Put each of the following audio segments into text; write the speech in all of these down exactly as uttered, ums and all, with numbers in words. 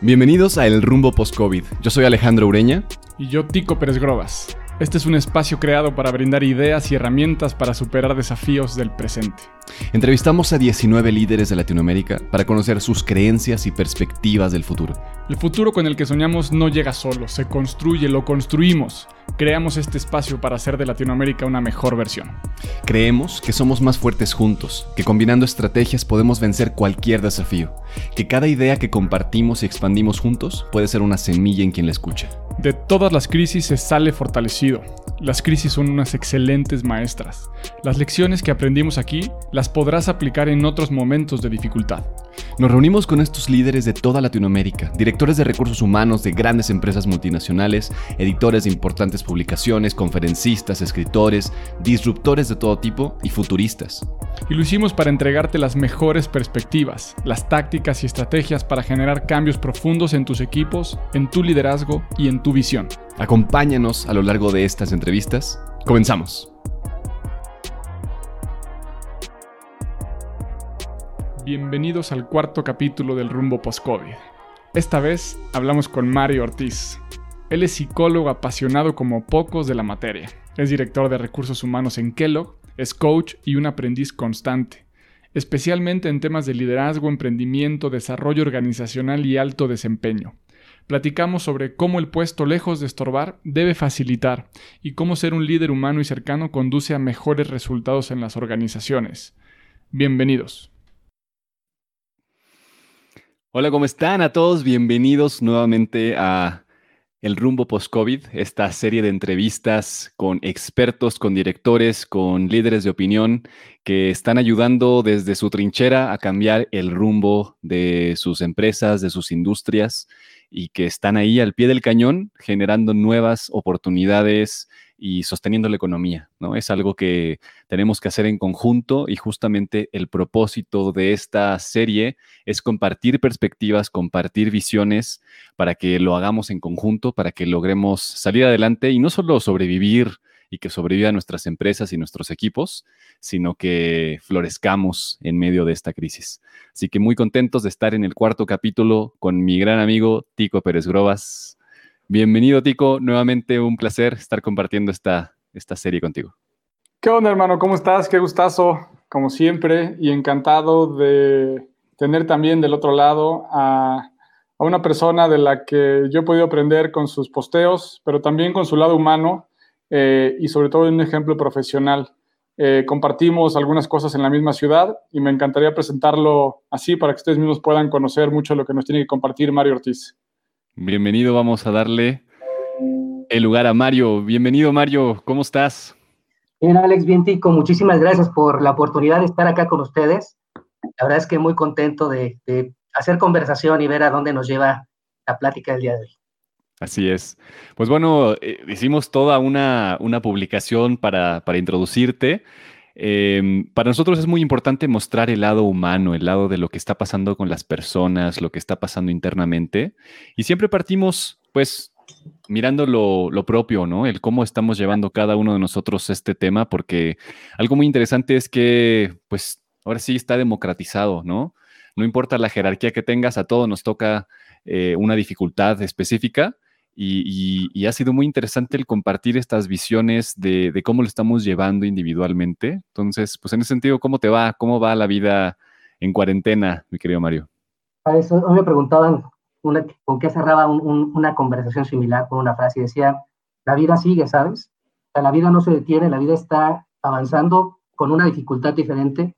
Bienvenidos a El Rumbo Post-COVID. Yo soy Alejandro Ureña. Y yo, Tico Pérez Grobas. Este es un espacio creado para brindar ideas y herramientas para superar desafíos del presente. Entrevistamos a diecinueve líderes de Latinoamérica para conocer sus creencias y perspectivas del futuro. El futuro con el que soñamos no llega solo, se construye, lo construimos. Creamos este espacio para hacer de Latinoamérica una mejor versión. Creemos que somos más fuertes juntos, que combinando estrategias podemos vencer cualquier desafío, que cada idea que compartimos y expandimos juntos puede ser una semilla en quien la escucha. De todas las crisis se sale fortalecido. Las crisis son unas excelentes maestras. Las lecciones que aprendimos aquí las podrás aplicar en otros momentos de dificultad. Nos reunimos con estos líderes de toda Latinoamérica, directores de recursos humanos de grandes empresas multinacionales, editores de importantes publicaciones, conferencistas, escritores, disruptores de todo tipo y futuristas. Y lo hicimos para entregarte las mejores perspectivas, las tácticas y estrategias para generar cambios profundos en tus equipos, en tu liderazgo y en tu visión. Acompáñanos a lo largo de estas entrevistas. ¡Comenzamos! Bienvenidos al cuarto capítulo del Rumbo Post-COVID. Esta vez hablamos con Mario Ortiz. Él es psicólogo apasionado como pocos de la materia. Es director de recursos humanos en Kellogg, es coach y un aprendiz constante, especialmente en temas de liderazgo, emprendimiento, desarrollo organizacional y alto desempeño. Platicamos sobre cómo el puesto, lejos de estorbar, debe facilitar y cómo ser un líder humano y cercano conduce a mejores resultados en las organizaciones. Bienvenidos. Hola, ¿cómo están a todos? Bienvenidos nuevamente a El Rumbo Post-COVID, esta serie de entrevistas con expertos, con directores, con líderes de opinión que están ayudando desde su trinchera a cambiar el rumbo de sus empresas, de sus industrias y que están ahí al pie del cañón generando nuevas oportunidades y sosteniendo la economía, ¿no? Es algo que tenemos que hacer en conjunto y justamente el propósito de esta serie es compartir perspectivas, compartir visiones para que lo hagamos en conjunto, para que logremos salir adelante y no solo sobrevivir y que sobrevivan nuestras empresas y nuestros equipos, sino que florezcamos en medio de esta crisis. Así que muy contentos de estar en el cuarto capítulo con mi gran amigo Tico Pérez Grobas. Bienvenido, Tico. Nuevamente un placer estar compartiendo esta, esta serie contigo. ¿Qué onda, hermano? ¿Cómo estás? Qué gustazo, como siempre, y encantado de tener también del otro lado a, a una persona de la que yo he podido aprender con sus posteos, pero también con su lado humano eh, y sobre todo un ejemplo profesional. Eh, compartimos algunas cosas en la misma ciudad y me encantaría presentarlo así para que ustedes mismos puedan conocer mucho de lo que nos tiene que compartir Mario Ortiz. Bienvenido, vamos a darle el lugar a Mario. Bienvenido, Mario, ¿cómo estás? Bien, Alex, bien, Tico, muchísimas gracias por la oportunidad de estar acá con ustedes. La verdad es que muy contento de, de hacer conversación y ver a dónde nos lleva la plática del día de hoy. Así es. Pues bueno, eh, hicimos toda una, una publicación para, para introducirte. Eh, para nosotros es muy importante mostrar el lado humano, el lado de lo que está pasando con las personas, lo que está pasando internamente. Y siempre partimos, pues, mirando lo, lo propio, ¿no? El cómo estamos llevando cada uno de nosotros este tema, porque algo muy interesante es que, pues, ahora sí está democratizado, ¿no? No importa la jerarquía que tengas, a todos nos toca eh, una dificultad específica. Y, y, y ha sido muy interesante el compartir estas visiones de, de cómo lo estamos llevando individualmente. Entonces, pues en ese sentido, ¿cómo te va? ¿Cómo va la vida en cuarentena, mi querido Mario? A eso, hoy me preguntaban una, con qué cerraba un, un, una conversación similar con una frase y decía, la vida sigue, ¿sabes? O sea, la vida no se detiene, la vida está avanzando con una dificultad diferente,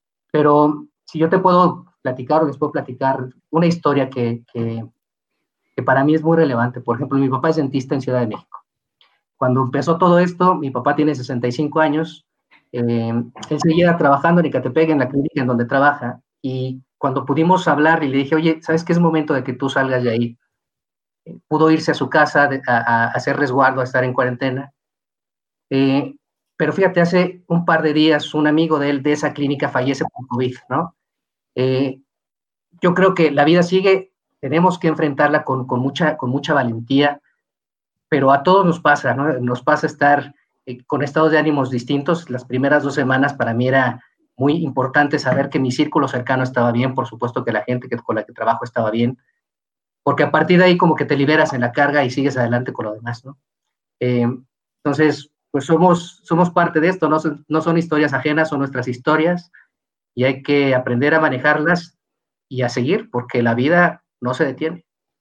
pero si yo te puedo platicar o les puedo platicar una historia que... que que para mí es muy relevante. Por ejemplo, mi papá es dentista en Ciudad de México. Cuando empezó todo esto, mi papá tiene sesenta y cinco años, eh, él seguía trabajando en Ecatepec, en la clínica en donde trabaja, y cuando pudimos hablar y le dije, oye, ¿sabes qué? Es momento de que tú salgas de ahí. Eh, pudo irse a su casa de, a, a hacer resguardo, a estar en cuarentena. Eh, pero fíjate, hace un par de días un amigo de él de esa clínica fallece por COVID, ¿no? Eh, yo creo que la vida sigue. Tenemos que enfrentarla con, con, mucha, con mucha valentía, pero a todos nos pasa, ¿no? Nos pasa estar eh, con estados de ánimos distintos. Las primeras dos semanas para mí era muy importante saber que mi círculo cercano estaba bien, por supuesto que la gente que, con la que trabajo estaba bien, porque a partir de ahí como que te liberas en la carga y sigues adelante con lo demás, ¿no? Eh, entonces, pues somos, somos parte de esto, no son, no son historias ajenas, son nuestras historias y hay que aprender a manejarlas y a seguir, porque la vida no se detiene.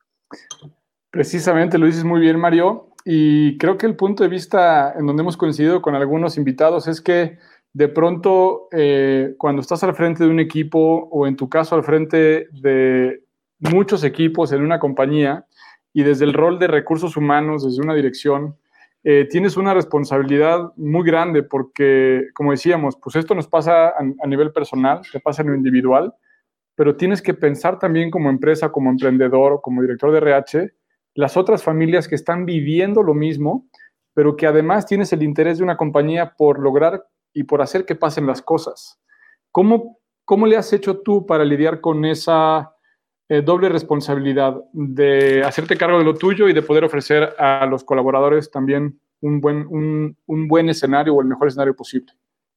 Precisamente, lo dices muy bien, Mario, y creo que el punto de vista en donde hemos coincidido con algunos invitados es que de pronto eh, cuando estás al frente de un equipo o en tu caso al frente de muchos equipos en una compañía y desde el rol de recursos humanos, desde una dirección, eh, tienes una responsabilidad muy grande porque, como decíamos, pues esto nos pasa a, a nivel personal, te pasa en lo individual, pero tienes que pensar también como empresa, como emprendedor, como director de R H, las otras familias que están viviendo lo mismo, pero que además tienes el interés de una compañía por lograr y por hacer que pasen las cosas. ¿Cómo, cómo le has hecho tú para lidiar con esa eh, doble responsabilidad de hacerte cargo de lo tuyo y de poder ofrecer a los colaboradores también un buen, un, un buen escenario o el mejor escenario posible?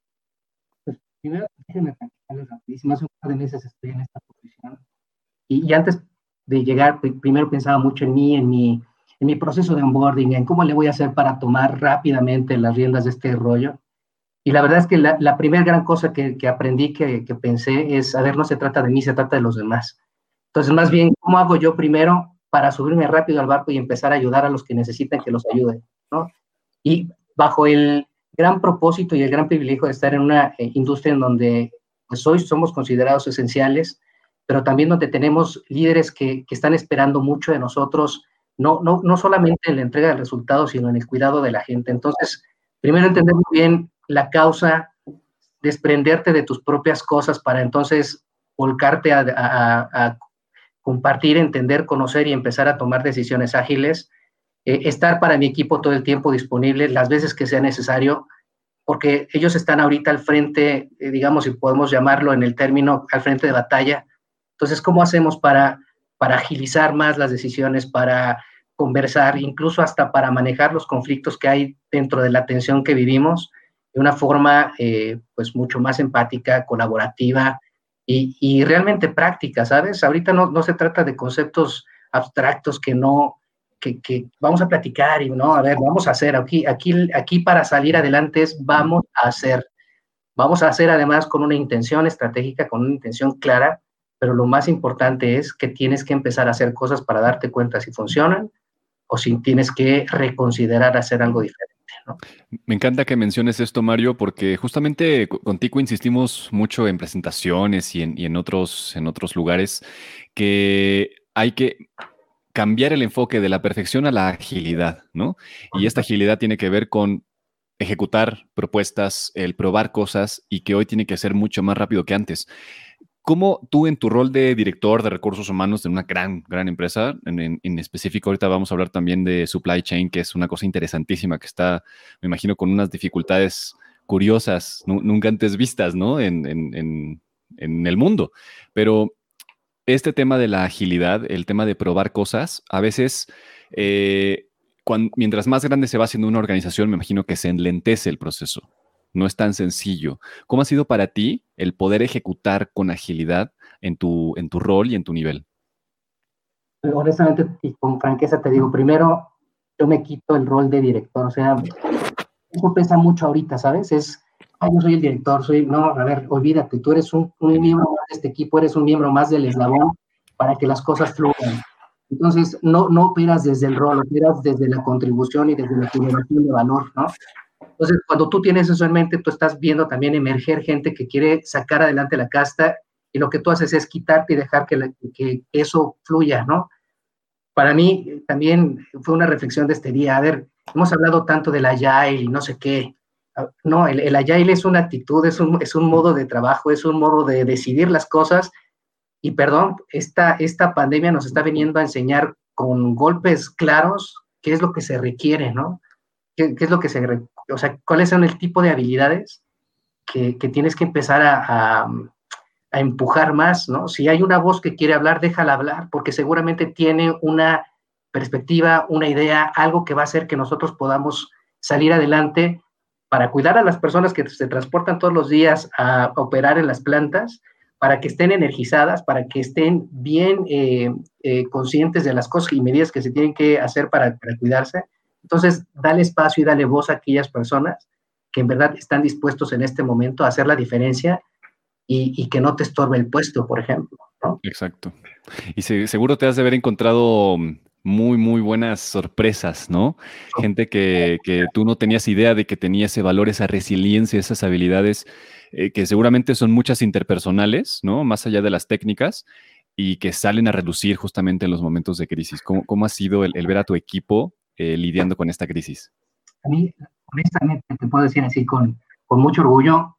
Pues primero, déjenme platicarles rapidísimo. Hace un par de meses estoy en esta posición y, y antes de llegar, primero pensaba mucho en mí, en mi, en mi proceso de onboarding, en cómo le voy a hacer para tomar rápidamente las riendas de este rollo. Y la verdad es que la, la primera gran cosa que, que aprendí, que, que pensé, es, a ver, no se trata de mí, se trata de los demás. Entonces, más bien, ¿cómo hago yo primero para subirme rápido al barco y empezar a ayudar a los que necesitan que los ayuden, ¿no? Y bajo el gran propósito y el gran privilegio de estar en una eh, industria en donde pues, hoy somos considerados esenciales, pero también donde tenemos líderes que, que están esperando mucho de nosotros, no, no, no solamente en la entrega de resultados, sino en el cuidado de la gente. Entonces, primero entender muy bien la causa, desprenderte de tus propias cosas para entonces volcarte a, a, a compartir, entender, conocer y empezar a tomar decisiones ágiles, eh, estar para mi equipo todo el tiempo disponible, las veces que sea necesario, porque ellos están ahorita al frente, eh, digamos, si podemos llamarlo en el término, al frente de batalla. Entonces, ¿cómo hacemos para, para agilizar más las decisiones, para conversar, incluso hasta para manejar los conflictos que hay dentro de la tensión que vivimos de una forma eh, pues mucho más empática, colaborativa y, y realmente práctica, ¿sabes? Ahorita no, no se trata de conceptos abstractos que no, que, que vamos a platicar y no, a ver, vamos a hacer, aquí, aquí, aquí para salir adelante es vamos a hacer, vamos a hacer además con una intención estratégica, con una intención clara, pero lo más importante es que tienes que empezar a hacer cosas para darte cuenta si funcionan o si tienes que reconsiderar hacer algo diferente, ¿no? Me encanta que menciones esto, Mario, porque justamente contigo insistimos mucho en presentaciones y en, y en otros, en otros lugares que hay que cambiar el enfoque de la perfección a la agilidad, ¿no? Y esta agilidad tiene que ver con ejecutar propuestas, el probar cosas y que hoy tiene que ser mucho más rápido que antes. ¿Cómo tú en tu rol de director de recursos humanos de una gran, gran empresa, en, en, en específico ahorita vamos a hablar también de supply chain, que es una cosa interesantísima que está, me imagino, con unas dificultades curiosas, nunca antes vistas, ¿no? En, en, en, en el mundo. Pero este tema de la agilidad, el tema de probar cosas, a veces, eh, cuando, mientras más grande se va haciendo una organización, me imagino que se enlentece el proceso. No es tan sencillo. ¿Cómo ha sido para ti el poder ejecutar con agilidad en tu, en tu rol y en tu nivel? Honestamente y con franqueza te digo, primero yo me quito el rol de director, o sea, eso pesa mucho ahorita, ¿sabes? Es, ay, yo soy el director, soy, no, a ver, olvídate, tú eres un, un miembro más de este equipo, eres un miembro más del eslabón para que las cosas fluyan. Entonces, no, no operas desde el rol, operas desde la contribución y desde la generación de valor, ¿no? Entonces, cuando tú tienes eso en mente, tú estás viendo también emerger gente que quiere sacar adelante la casta y lo que tú haces es quitarte y dejar que, la, que eso fluya, ¿no? Para mí también fue una reflexión de este día. A ver, hemos hablado tanto del Agile y no sé qué. No, el, el Agile es una actitud, es un, es un modo de trabajo, es un modo de decidir las cosas. Y perdón, esta, esta pandemia nos está viniendo a enseñar con golpes claros qué es lo que se requiere, ¿no? ¿Qué, qué es lo que se requiere? O sea, ¿cuáles son el tipo de habilidades que, que tienes que empezar a, a, a empujar más, ¿no? Si hay una voz que quiere hablar, déjala hablar, porque seguramente tiene una perspectiva, una idea, algo que va a hacer que nosotros podamos salir adelante para cuidar a las personas que se transportan todos los días a operar en las plantas, para que estén energizadas, para que estén bien eh, eh, conscientes de las cosas y medidas que se tienen que hacer para, para cuidarse. Entonces, dale espacio y dale voz a aquellas personas que en verdad están dispuestos en este momento a hacer la diferencia y, y que no te estorbe el puesto, por ejemplo, ¿no? Exacto. Y se, seguro te has de haber encontrado muy, muy buenas sorpresas, ¿no? Gente que, que tú no tenías idea de que tenía ese valor, esa resiliencia, esas habilidades, eh, que seguramente son muchas interpersonales, ¿no? Más allá de las técnicas, y que salen a relucir justamente en los momentos de crisis. ¿Cómo, cómo ha sido el, el ver a tu equipo eh, lidiando con esta crisis? A mí, honestamente, te puedo decir así con, con mucho orgullo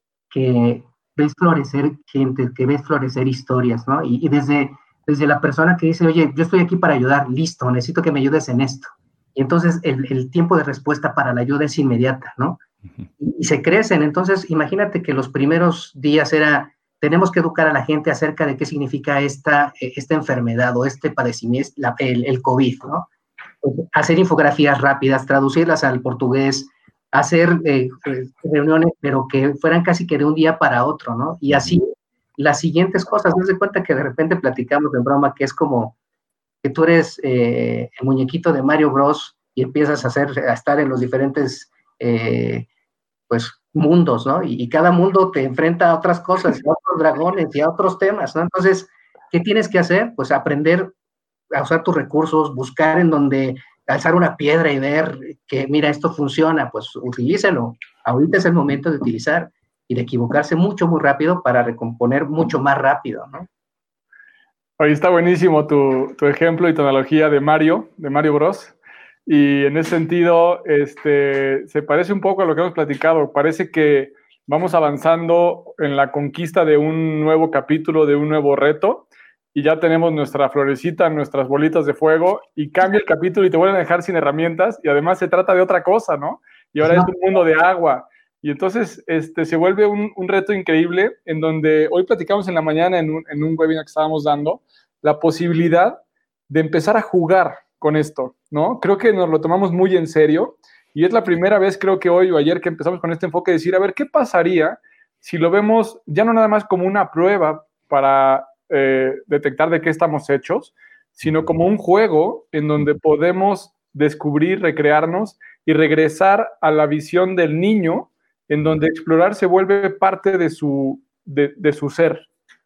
que ves florecer gente, que ves florecer historias, ¿no? Y, y desde, desde la persona que dice, oye, yo estoy aquí para ayudar, listo, necesito que me ayudes en esto. Y entonces el, el tiempo de respuesta para la ayuda es inmediata, ¿no? Uh-huh. Y, y se crecen. Entonces, imagínate que los primeros días era, tenemos que educar a la gente acerca de qué significa esta, esta enfermedad o este padecimiento, la, el, el COVID, ¿no? Hacer infografías rápidas, traducirlas al portugués, hacer eh, reuniones, pero que fueran casi que de un día para otro, ¿no? Y así las siguientes cosas, no se cuenta que de repente platicamos en broma que es como que tú eres eh, el muñequito de Mario Bros y empiezas a, hacer, a estar en los diferentes eh, pues, mundos, ¿no? Y, y cada mundo te enfrenta a otras cosas, a otros dragones y a otros temas, ¿no? Entonces, ¿qué tienes que hacer? Pues aprender a usar tus recursos, buscar en donde alzar una piedra y ver que, mira, esto funciona, pues utilícelo. Ahorita es el momento de utilizar y de equivocarse mucho, muy rápido para recomponer mucho más rápido, ¿no? Oye, está buenísimo tu, tu ejemplo y tu analogía de Mario, de Mario Bros. Y en ese sentido, este, se parece un poco a lo que hemos platicado. Parece que vamos avanzando en la conquista de un nuevo capítulo, de un nuevo reto, y ya tenemos nuestra florecita, nuestras bolitas de fuego, y cambia el capítulo y te vuelven a dejar sin herramientas, y además se trata de otra cosa, ¿no? Y ahora no. es un mundo de agua. Y entonces este, se vuelve un, un reto increíble, en donde hoy platicamos en la mañana en un, en un webinar que estábamos dando, la posibilidad de empezar a jugar con esto, ¿no? Creo que nos lo tomamos muy en serio, y es la primera vez, creo que hoy o ayer, que empezamos con este enfoque de decir, a ver, ¿qué pasaría si lo vemos ya no nada más como una prueba para Eh, detectar de qué estamos hechos, sino como un juego en donde podemos descubrir, recrearnos y regresar a la visión del niño, en donde explorar se vuelve parte de su, de, de su ser.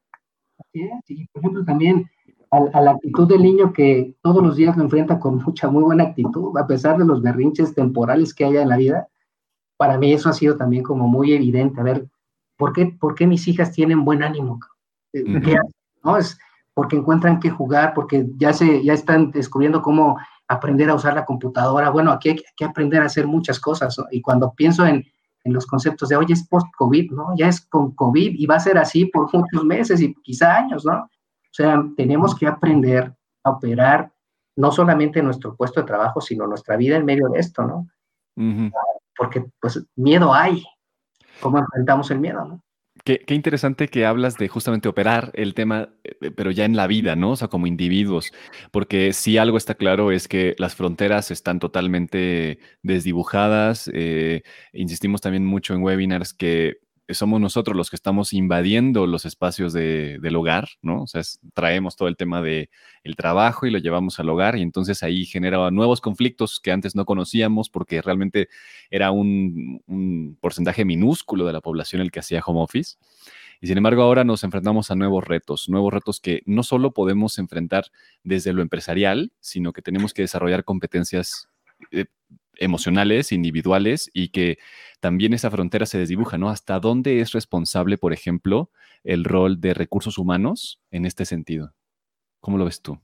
Sí, sí, por ejemplo, también a, a la actitud del niño que todos los días lo enfrenta con mucha, muy buena actitud, a pesar de los berrinches temporales que haya en la vida. Para mí eso ha sido también como muy evidente. A ver, ¿por qué, por qué mis hijas tienen buen ánimo? ¿Qué hacen? ¿No? Es porque encuentran que jugar, porque ya, se, ya están descubriendo cómo aprender a usar la computadora. Bueno, aquí hay que aprender a hacer muchas cosas, ¿no? Y cuando pienso en, en los conceptos de, oye, es post-COVID, ¿no? Ya es con COVID y va a ser así por muchos meses y quizá años, ¿no? O sea, tenemos que aprender a operar no solamente nuestro puesto de trabajo, sino nuestra vida en medio de esto, ¿no? Uh-huh. Porque, pues, miedo hay. ¿Cómo enfrentamos el miedo, no? Qué, qué interesante que hablas de justamente operar el tema, eh, pero ya en la vida, ¿no? O sea, como individuos, porque si algo está claro es que las fronteras están totalmente desdibujadas. Eh, insistimos también mucho en webinars que somos nosotros los que estamos invadiendo los espacios de, del hogar, ¿no? O sea, es, traemos todo el tema del trabajo y lo llevamos al hogar y entonces ahí genera nuevos conflictos que antes no conocíamos porque realmente era un, un porcentaje minúsculo de la población el que hacía home office. Y sin embargo, ahora nos enfrentamos a nuevos retos, nuevos retos que no solo podemos enfrentar desde lo empresarial, sino que tenemos que desarrollar competencias eh, emocionales, individuales, y que también esa frontera se desdibuja, ¿no? ¿Hasta dónde es responsable, por ejemplo, el rol de recursos humanos en este sentido? ¿Cómo lo ves tú?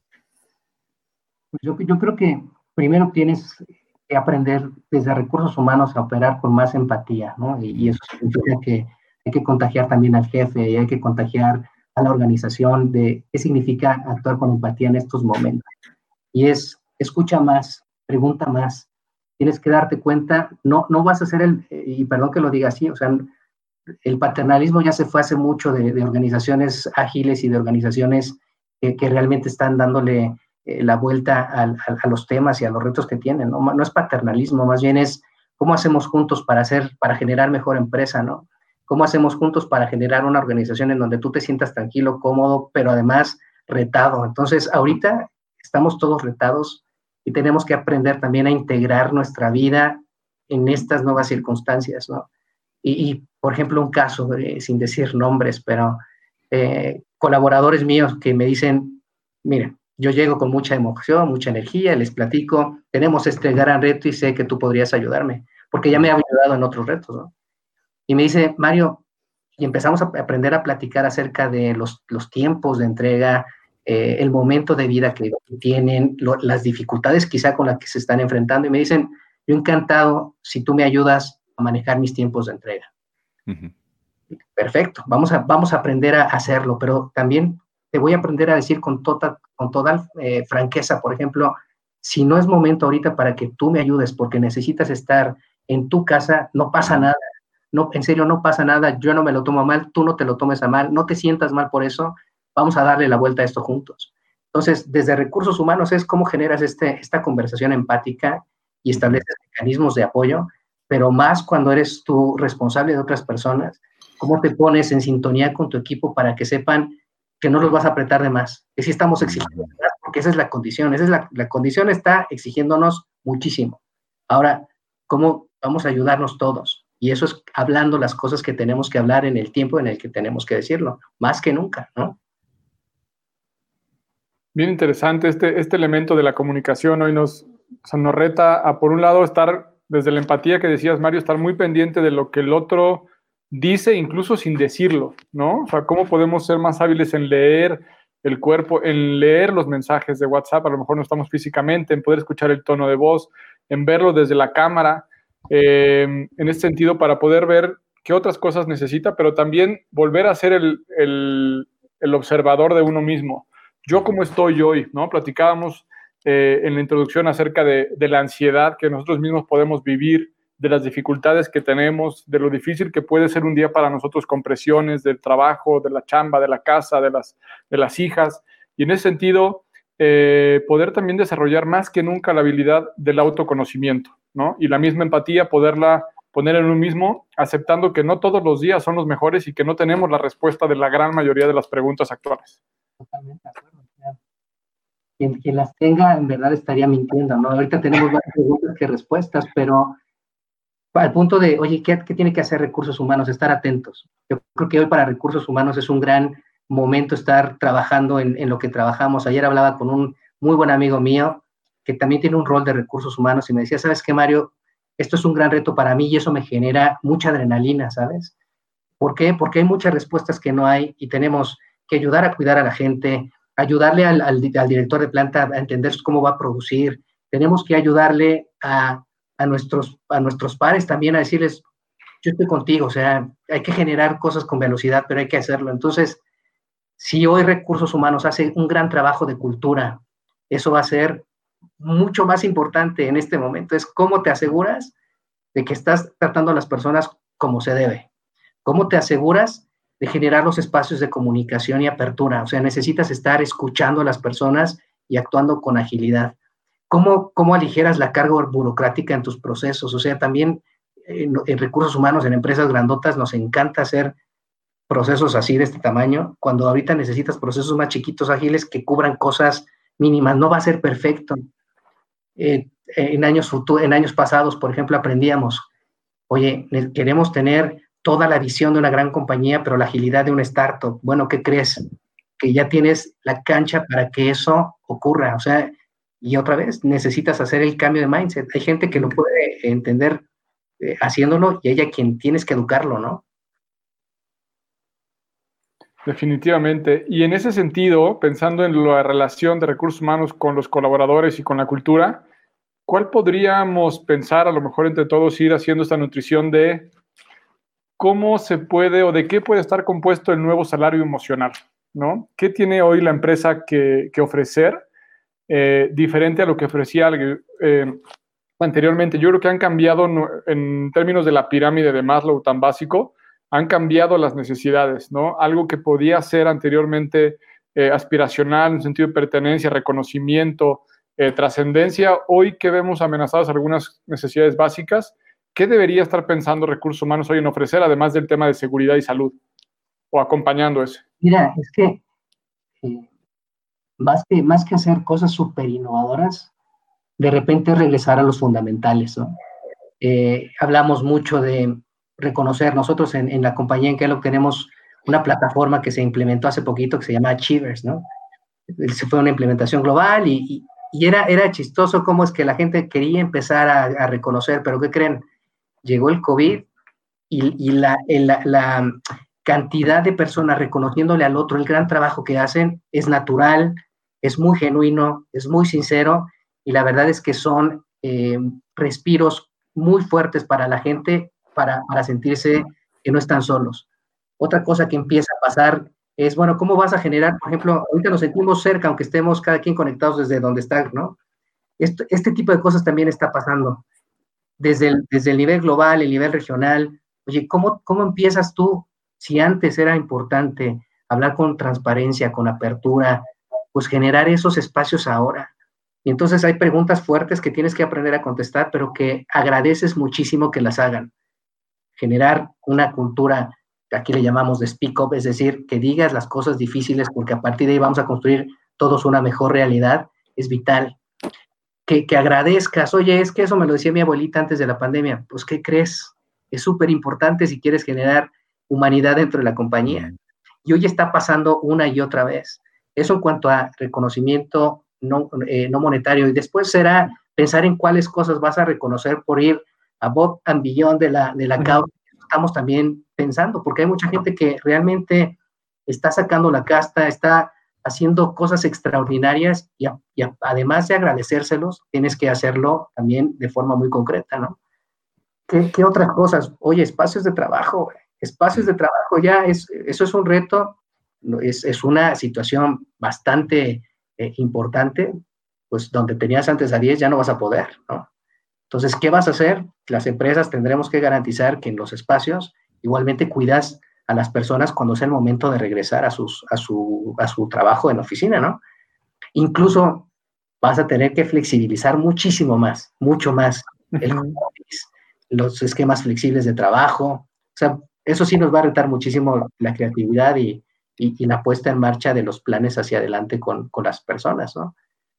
Yo, yo creo que primero tienes que aprender desde recursos humanos a operar con más empatía, ¿no? Y, y eso significa que hay que contagiar también al jefe y hay que contagiar a la organización de qué significa actuar con empatía en estos momentos. Y es, escucha más, pregunta más. Tienes que darte cuenta, no, no vas a ser el, y perdón que lo diga así, o sea, el paternalismo ya se fue hace mucho de, de organizaciones ágiles y de organizaciones que, que realmente están dándole eh, la vuelta a, a, a los temas y a los retos que tienen, ¿no? No es paternalismo, más bien es cómo hacemos juntos para hacer, para generar mejor empresa, ¿no? ¿Cómo hacemos juntos para generar una organización en donde tú te sientas tranquilo, cómodo, pero además retado? Entonces, ahorita estamos todos retados y tenemos que aprender también a integrar nuestra vida en estas nuevas circunstancias, ¿no? Y, y por ejemplo, un caso, eh, sin decir nombres, pero eh, colaboradores míos que me dicen, mira, yo llego con mucha emoción, mucha energía, les platico, tenemos este gran reto y sé que tú podrías ayudarme, porque ya me ha ayudado en otros retos, ¿no? Y me dice, Mario, y empezamos a aprender a platicar acerca de los, los tiempos de entrega, eh, el momento de vida que tienen, lo, las dificultades quizá con las que se están enfrentando, y me dicen, yo encantado si tú me ayudas a manejar mis tiempos de entrega. Uh-huh. Perfecto, vamos a, vamos a aprender a hacerlo, pero también te voy a aprender a decir con toda, con toda eh, franqueza, por ejemplo, si no es momento ahorita para que tú me ayudes porque necesitas estar en tu casa, no pasa nada. No, en serio, no pasa nada, yo no me lo tomo mal, tú no te lo tomes a mal, no te sientas mal por eso, vamos a darle la vuelta a esto juntos. Entonces, desde recursos humanos es cómo generas este, esta conversación empática y estableces mecanismos de apoyo, pero más cuando eres tú responsable de otras personas, cómo te pones en sintonía con tu equipo para que sepan que no los vas a apretar de más, que sí estamos exigiendo más, porque esa es la condición, esa es la, la condición está exigiéndonos muchísimo. Ahora, ¿cómo vamos a ayudarnos todos? Y eso es hablando las cosas que tenemos que hablar en el tiempo en el que tenemos que decirlo, más que nunca, ¿no? Bien interesante este, este elemento de la comunicación. Hoy nos, o sea, nos reta a, por un lado, estar desde la empatía que decías, Mario, estar muy pendiente de lo que el otro dice, incluso sin decirlo, ¿no? O sea, cómo podemos ser más hábiles en leer el cuerpo, en leer los mensajes de WhatsApp, a lo mejor no estamos físicamente, en poder escuchar el tono de voz, en verlo desde la cámara, Eh, en ese sentido, para poder ver qué otras cosas necesita, pero también volver a ser el, el, el observador de uno mismo. Yo cómo estoy hoy, ¿no? Platicábamos eh, en la introducción acerca de, de la ansiedad que nosotros mismos podemos vivir, de las dificultades que tenemos, de lo difícil que puede ser un día para nosotros con presiones del trabajo, de la chamba, de la casa, de las, de las hijas. Y en ese sentido, eh, poder también desarrollar más que nunca la habilidad del autoconocimiento, ¿no? Y la misma empatía, poderla poner en uno mismo, aceptando que no todos los días son los mejores y que no tenemos la respuesta de la gran mayoría de las preguntas actuales. Totalmente de acuerdo. Quien, quien las tenga, en verdad estaría mintiendo, ¿no? Ahorita tenemos más preguntas que respuestas, pero al punto de, oye, ¿qué, ¿qué tiene que hacer recursos humanos? Estar atentos. Yo creo que hoy para recursos humanos es un gran momento estar trabajando en, en lo que trabajamos. Ayer hablaba con un muy buen amigo mío que también tiene un rol de recursos humanos y me decía, ¿sabes qué, Mario? Esto es un gran reto para mí y eso me genera mucha adrenalina, ¿sabes? ¿Por qué? Porque hay muchas respuestas que no hay y tenemos que ayudar a cuidar a la gente, ayudarle al, al, al director de planta a entender cómo va a producir, tenemos que ayudarle a, a, nuestros, a nuestros pares también a decirles, yo estoy contigo, o sea, hay que generar cosas con velocidad, pero hay que hacerlo. Entonces, si hoy recursos humanos hace un gran trabajo de cultura, eso va a ser mucho más importante en este momento, es cómo te aseguras de que estás tratando a las personas como se debe, cómo te aseguras de generar los espacios de comunicación y apertura, o sea, necesitas estar escuchando a las personas y actuando con agilidad. ¿Cómo, cómo aligeras la carga burocrática en tus procesos? O sea, también en, en recursos humanos, en empresas grandotas, nos encanta hacer procesos así de este tamaño, cuando ahorita necesitas procesos más chiquitos, ágiles, que cubran cosas mínimas. No va a ser perfecto. Eh, en, años futuros, en años pasados, por ejemplo, aprendíamos, oye, queremos tener toda la visión de una gran compañía, pero la agilidad de una startup. Bueno, ¿qué crees? Que ya tienes la cancha para que eso ocurra. O sea, y otra vez, necesitas hacer el cambio de mindset. Hay gente que lo puede entender eh, haciéndolo y ella quien tienes que educarlo, ¿no? Definitivamente. Y en ese sentido, pensando en la relación de recursos humanos con los colaboradores y con la cultura, ¿cuál podríamos pensar, a lo mejor entre todos, ir haciendo esta nutrición de cómo se puede o de qué puede estar compuesto el nuevo salario emocional, ¿no? ¿Qué tiene hoy la empresa que, que ofrecer eh, diferente a lo que ofrecía eh, anteriormente? Yo creo que han cambiado en términos de la pirámide de Maslow tan básico, han cambiado las necesidades, ¿no? Algo que podía ser anteriormente eh, aspiracional, en un sentido de pertenencia, reconocimiento, eh, trascendencia, hoy que vemos amenazadas algunas necesidades básicas, ¿qué debería estar pensando recursos humanos hoy en ofrecer, además del tema de seguridad y salud? O acompañando ese. Mira, es que, eh, más que más que hacer cosas súper innovadoras, de repente regresar a los fundamentales, ¿no? Eh, hablamos mucho de reconocer, nosotros en, en la compañía en Kellogg tenemos una plataforma que se implementó hace poquito que se llama Achievers, ¿no? Se fue una implementación global y, y, y era, era chistoso cómo es que la gente quería empezar a, a reconocer, pero ¿qué creen? Llegó el COVID y, y la, la, la cantidad de personas reconociéndole al otro el gran trabajo que hacen es natural, es muy genuino, es muy sincero, y la verdad es que son eh, respiros muy fuertes para la gente, para, para sentirse que no están solos. Otra cosa que empieza a pasar es, bueno, ¿cómo vas a generar? Por ejemplo, ahorita nos sentimos cerca, aunque estemos cada quien conectados desde donde está, ¿no? Esto, este tipo de cosas también está pasando. Desde el, desde el nivel global, el nivel regional. Oye, ¿cómo, cómo empiezas tú? Si antes era importante hablar con transparencia, con apertura, pues generar esos espacios ahora. Y entonces hay preguntas fuertes que tienes que aprender a contestar, pero que agradeces muchísimo que las hagan. Generar una cultura, que aquí le llamamos de speak up, es decir, que digas las cosas difíciles, porque a partir de ahí vamos a construir todos una mejor realidad, es vital. Que, que agradezcas, oye, es que eso me lo decía mi abuelita antes de la pandemia. Pues, ¿qué crees? Es súper importante si quieres generar humanidad dentro de la compañía. Y hoy está pasando una y otra vez. Eso en cuanto a reconocimiento no, eh, no monetario. Y después será pensar en cuáles cosas vas a reconocer por ir above and beyond de la, de la causa. Estamos también pensando, porque hay mucha gente que realmente está sacando la casta, está haciendo cosas extraordinarias y, a, y a, además de agradecérselos, tienes que hacerlo también de forma muy concreta, ¿no? ¿Qué, qué otras cosas? Oye, espacios de trabajo, güey. Espacios de trabajo ya, es, eso es un reto, es, es una situación bastante eh, importante, pues donde tenías antes a diez ya no vas a poder, ¿no? Entonces, ¿qué vas a hacer? Las empresas tendremos que garantizar que en los espacios igualmente cuidas a las personas cuando es el momento de regresar a, sus, a, su, a su trabajo en oficina, ¿no? Incluso vas a tener que flexibilizar muchísimo más, mucho más, el home office, los esquemas flexibles de trabajo. O sea, eso sí nos va a retar muchísimo la creatividad y, y, y la puesta en marcha de los planes hacia adelante con, con las personas, ¿no?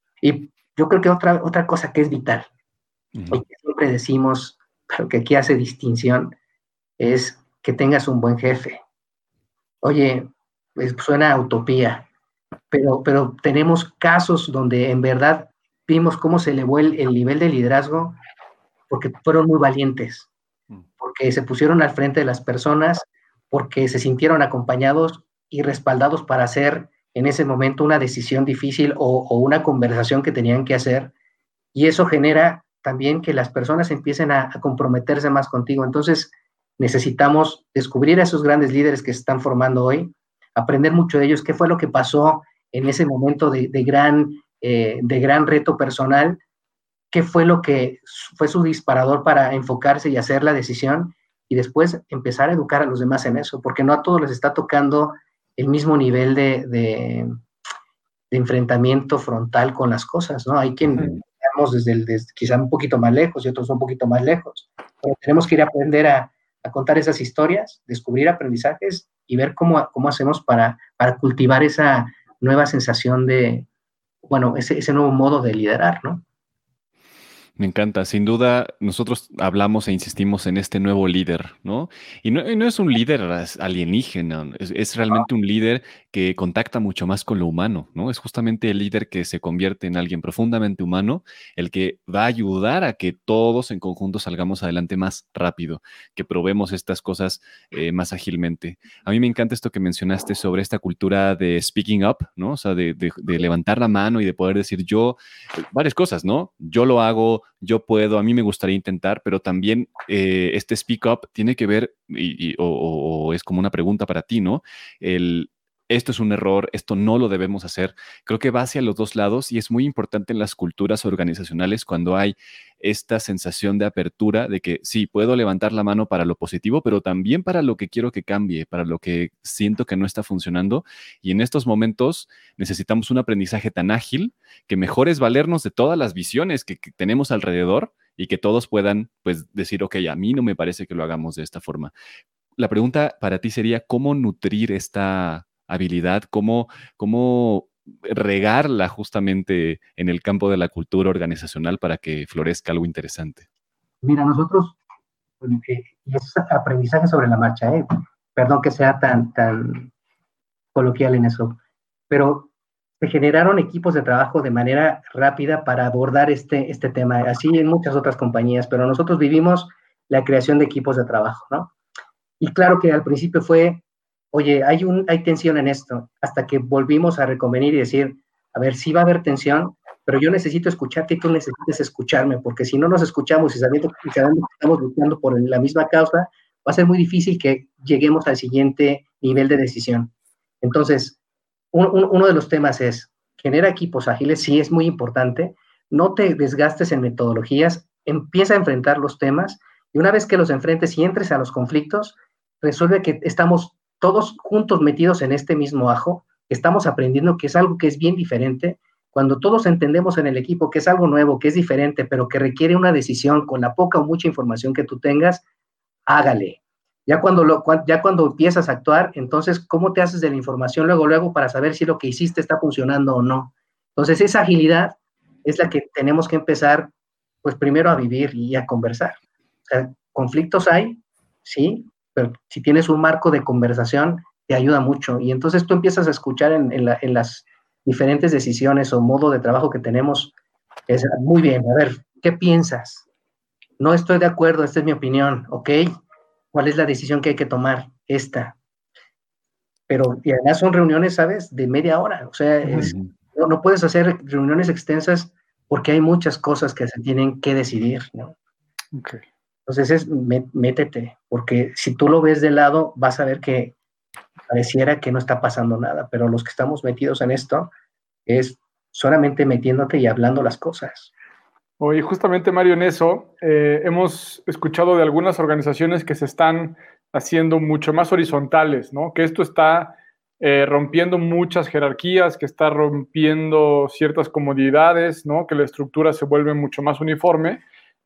Y yo creo que otra, otra cosa que es vital, uh-huh. y que siempre decimos, pero que aquí hace distinción, es que tengas un buen jefe. Oye, pues suena a utopía, pero, pero tenemos casos donde en verdad vimos cómo se elevó el, el nivel de liderazgo porque fueron muy valientes, porque se pusieron al frente de las personas, porque se sintieron acompañados y respaldados para hacer en ese momento una decisión difícil o, o una conversación que tenían que hacer, y eso genera también que las personas empiecen a, a comprometerse más contigo. Entonces necesitamos descubrir a esos grandes líderes que se están formando hoy, aprender mucho de ellos, qué fue lo que pasó en ese momento de, de, gran, eh, de gran reto personal, qué fue lo que fue su disparador para enfocarse y hacer la decisión, y después empezar a educar a los demás en eso, porque no a todos les está tocando el mismo nivel de, de, de enfrentamiento frontal con las cosas, ¿no? Hay quien estamos desde, el, desde quizá un poquito más lejos y otros un poquito más lejos, pero tenemos que ir a aprender a, a contar esas historias, descubrir aprendizajes y ver cómo, cómo hacemos para, para cultivar esa nueva sensación de, bueno, ese, ese nuevo modo de liderar, ¿no? Me encanta. Sin duda, nosotros hablamos e insistimos en este nuevo líder, ¿no? Y no, y no es un líder alienígena, es, es realmente un líder que contacta mucho más con lo humano, ¿no? Es justamente el líder que se convierte en alguien profundamente humano, el que va a ayudar a que todos en conjunto salgamos adelante más rápido, que probemos estas cosas eh, más ágilmente. A mí me encanta esto que mencionaste sobre esta cultura de speaking up, ¿no? O sea, de, de, de levantar la mano y de poder decir yo, varias cosas, ¿no? Yo lo hago, yo puedo, a mí me gustaría intentar, pero también eh, este speak up tiene que ver, y, y, o, o es como una pregunta para ti, ¿no? El, esto es un error, esto no lo debemos hacer. Creo que va hacia los dos lados y es muy importante en las culturas organizacionales cuando hay esta sensación de apertura de que sí, puedo levantar la mano para lo positivo, pero también para lo que quiero que cambie, para lo que siento que no está funcionando. Y en estos momentos necesitamos un aprendizaje tan ágil que mejor es valernos de todas las visiones que, que tenemos alrededor y que todos puedan pues decir, ok, a mí no me parece que lo hagamos de esta forma. La pregunta para ti sería, ¿cómo nutrir esta habilidad? ¿Cómo, cómo regarla justamente en el campo de la cultura organizacional para que florezca algo interesante? Mira, nosotros, eh, y es aprendizaje sobre la marcha, ¿eh? Perdón que sea tan, tan coloquial en eso, pero se generaron equipos de trabajo de manera rápida para abordar este, este tema, así en muchas otras compañías, pero nosotros vivimos la creación de equipos de trabajo, ¿no? Y claro que al principio fue, oye, hay, un, hay tensión en esto, hasta que volvimos a reconvenir y decir, a ver, sí va a haber tensión, pero yo necesito escucharte y tú necesitas escucharme, porque si no nos escuchamos y sabiendo, y sabiendo que estamos luchando por la misma causa, va a ser muy difícil que lleguemos al siguiente nivel de decisión. Entonces, un, un, uno de los temas es, genera equipos ágiles, sí es muy importante, no te desgastes en metodologías, empieza a enfrentar los temas, y una vez que los enfrentes y entres a los conflictos, resuelve que estamos todos juntos metidos en este mismo ajo, estamos aprendiendo que es algo que es bien diferente. Cuando todos entendemos en el equipo que es algo nuevo, que es diferente, pero que requiere una decisión con la poca o mucha información que tú tengas, hágale. Ya cuando, lo, ya cuando empiezas a actuar, entonces, ¿cómo te haces de la información luego, luego para saber si lo que hiciste está funcionando o no? Entonces, esa agilidad es la que tenemos que empezar, pues primero a vivir y a conversar. O sea, conflictos hay, sí, pero si tienes un marco de conversación, te ayuda mucho. Y entonces tú empiezas a escuchar en, en, la, en las diferentes decisiones o modo de trabajo que tenemos. Es muy bien, a ver, ¿qué piensas? No estoy de acuerdo, esta es mi opinión, ¿ok? ¿Cuál es la decisión que hay que tomar? Esta. Pero, y además son reuniones, ¿sabes? De media hora. O sea, uh-huh. es, no, no puedes hacer reuniones extensas porque hay muchas cosas que se tienen que decidir, ¿no? Okay. Entonces, es, métete, porque si tú lo ves de lado, vas a ver que pareciera que no está pasando nada, pero los que estamos metidos en esto es solamente metiéndote y hablando las cosas. Oye, justamente, Mario, en eso, eh, hemos escuchado de algunas organizaciones que se están haciendo mucho más horizontales, ¿no? Que esto está eh, rompiendo muchas jerarquías, que está rompiendo ciertas comodidades, ¿no? Que la estructura se vuelve mucho más uniforme.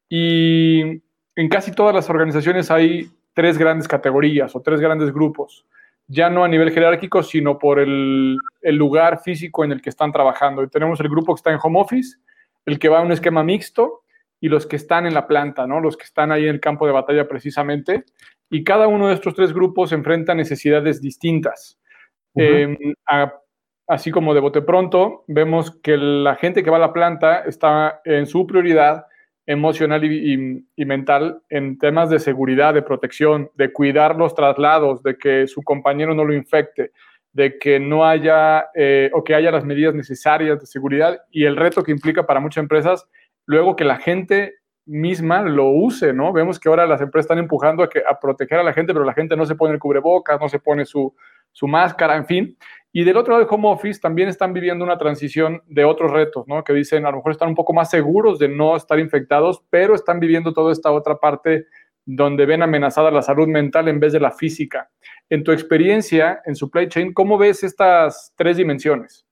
Y en casi todas las organizaciones hay tres grandes categorías o tres grandes grupos, ya no a nivel jerárquico, sino por el, el lugar físico en el que están trabajando. Y tenemos el grupo que está en home office, el que va a un esquema mixto y los que están en la planta, ¿no? Los que están ahí en el campo de batalla precisamente. Y cada uno de estos tres grupos enfrenta necesidades distintas. Uh-huh. Eh, a, así como de bote pronto, vemos que la gente que va a la planta está en su prioridad emocional y, y, y mental en temas de seguridad, de protección, de cuidar los traslados, de que su compañero no lo infecte, de que no haya eh, o que haya las medidas necesarias de seguridad, y el reto que implica para muchas empresas luego que la gente misma lo use, ¿no? Vemos que ahora las empresas están empujando a, que, a proteger a la gente, pero la gente no se pone el cubrebocas, no se pone su, su máscara, en fin. Y del otro lado del home office también están viviendo una transición de otros retos, ¿no? Que dicen, a lo mejor están un poco más seguros de no estar infectados, pero están viviendo toda esta otra parte donde ven amenazada la salud mental en vez de la física. En tu experiencia en supply chain, ¿cómo ves estas tres dimensiones?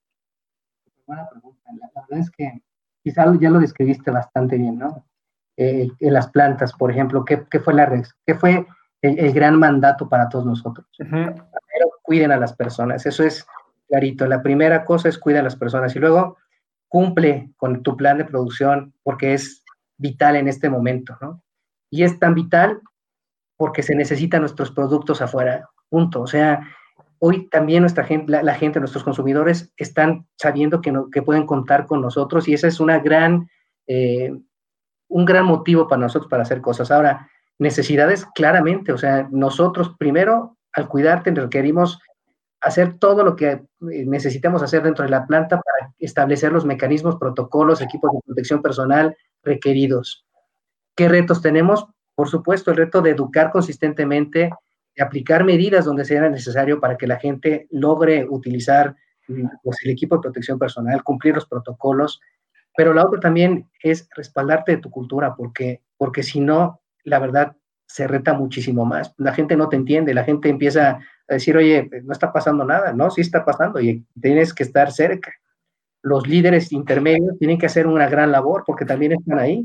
Buena pregunta. La verdad es que quizá ya lo describiste bastante bien, ¿no? Eh, en las plantas, por ejemplo, ¿qué, qué fue, la, qué fue el, el gran mandato para todos nosotros? Uh-huh. Primero, cuiden a las personas, eso es clarito. La primera cosa es cuida a las personas y luego cumple con tu plan de producción porque es vital en este momento, ¿no? Y es tan vital porque se necesitan nuestros productos afuera, punto. O sea, hoy también nuestra gente, la, la gente, nuestros consumidores están sabiendo que, no, que pueden contar con nosotros y esa es una gran, eh, un gran motivo para nosotros para hacer cosas. Ahora, necesidades claramente, o sea, nosotros primero, al cuidarte, requerimos hacer todo lo que necesitamos hacer dentro de la planta para establecer los mecanismos, protocolos, equipos de protección personal requeridos. ¿Qué retos tenemos? Por supuesto, el reto de educar consistentemente, de aplicar medidas donde sea necesario para que la gente logre utilizar pues, el equipo de protección personal, cumplir los protocolos, pero la otra también es respaldarte de tu cultura, porque, porque si no, la verdad, se reta muchísimo más. La gente no te entiende, la gente empieza a decir, oye, no está pasando nada, ¿no? Sí está pasando y tienes que estar cerca. Los líderes intermedios tienen que hacer una gran labor porque también están ahí.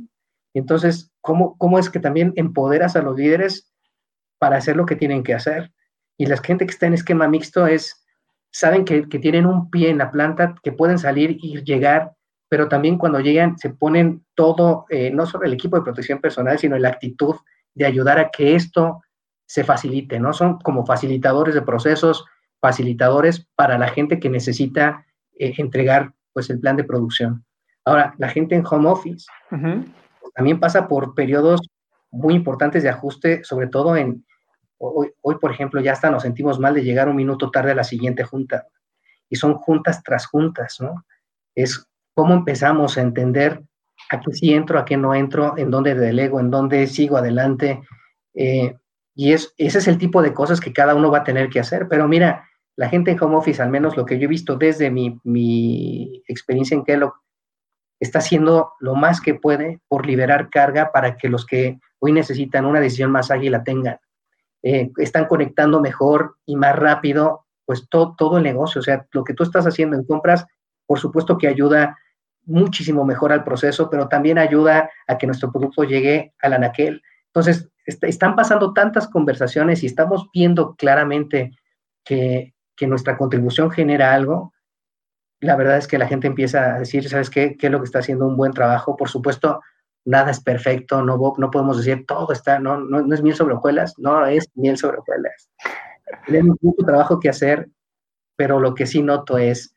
Entonces, ¿cómo, cómo es que también empoderas a los líderes para hacer lo que tienen que hacer? Y la gente que está en esquema mixto es, saben que, que tienen un pie en la planta, que pueden salir y llegar, pero también cuando llegan se ponen todo, eh, no solo el equipo de protección personal, sino la actitud de ayudar a que esto se facilite, ¿no? Son como facilitadores de procesos, facilitadores para la gente que necesita eh, entregar pues el plan de producción. Ahora, la gente en home office uh-huh. también pasa por periodos muy importantes de ajuste, sobre todo en, hoy, hoy, por ejemplo, ya hasta nos sentimos mal de llegar un minuto tarde a la siguiente junta, y son juntas tras juntas, ¿no? Es cómo empezamos a entender a qué sí entro, a qué no entro, en dónde delego, en dónde sigo adelante, eh, y es, ese es el tipo de cosas que cada uno va a tener que hacer. Pero mira, la gente en home office, al menos lo que yo he visto desde mi, mi experiencia en Kellogg, está haciendo lo más que puede por liberar carga para que los que hoy necesitan una decisión más ágil la tengan. Eh, están conectando mejor y más rápido, pues todo, todo el negocio. O sea, lo que tú estás haciendo en compras, por supuesto que ayuda muchísimo mejor al proceso, pero también ayuda a que nuestro producto llegue al anaquel. Entonces, est- están pasando tantas conversaciones y estamos viendo claramente que, que nuestra contribución genera algo. La verdad es que la gente empieza a decir, ¿sabes qué? ¿Qué es lo que está haciendo un buen trabajo? Por supuesto, nada es perfecto, no, no podemos decir todo está, no, no, no es miel sobre hojuelas, no es miel sobre hojuelas. Tenemos mucho trabajo que hacer, pero lo que sí noto es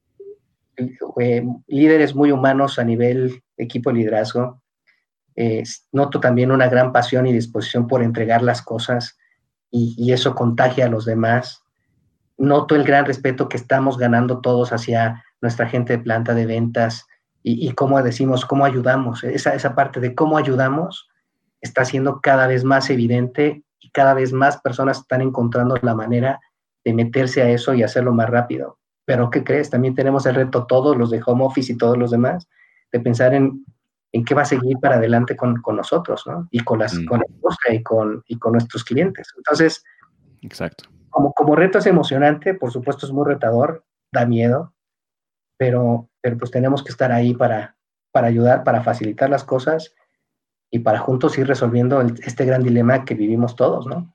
eh, líderes muy humanos a nivel equipo de liderazgo. Eh, noto también una gran pasión y disposición por entregar las cosas y, y eso contagia a los demás. Noto el gran respeto que estamos ganando todos hacia nuestra gente de planta de ventas y, y cómo decimos, cómo ayudamos. Esa, esa parte de cómo ayudamos está siendo cada vez más evidente y cada vez más personas están encontrando la manera de meterse a eso y hacerlo más rápido. Pero ¿qué crees? También tenemos el reto todos, los de home office y todos los demás, de pensar en, en qué va a seguir para adelante con, con nosotros, ¿no? Y con, las, mm. con la industria y con, y con nuestros clientes. Entonces, exacto. Como, como reto es emocionante, por supuesto es muy retador, da miedo, pero, pero pues tenemos que estar ahí para, para ayudar, para facilitar las cosas y para juntos ir resolviendo el, este gran dilema que vivimos todos, ¿no?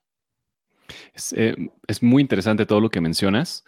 Es, eh, es muy interesante todo lo que mencionas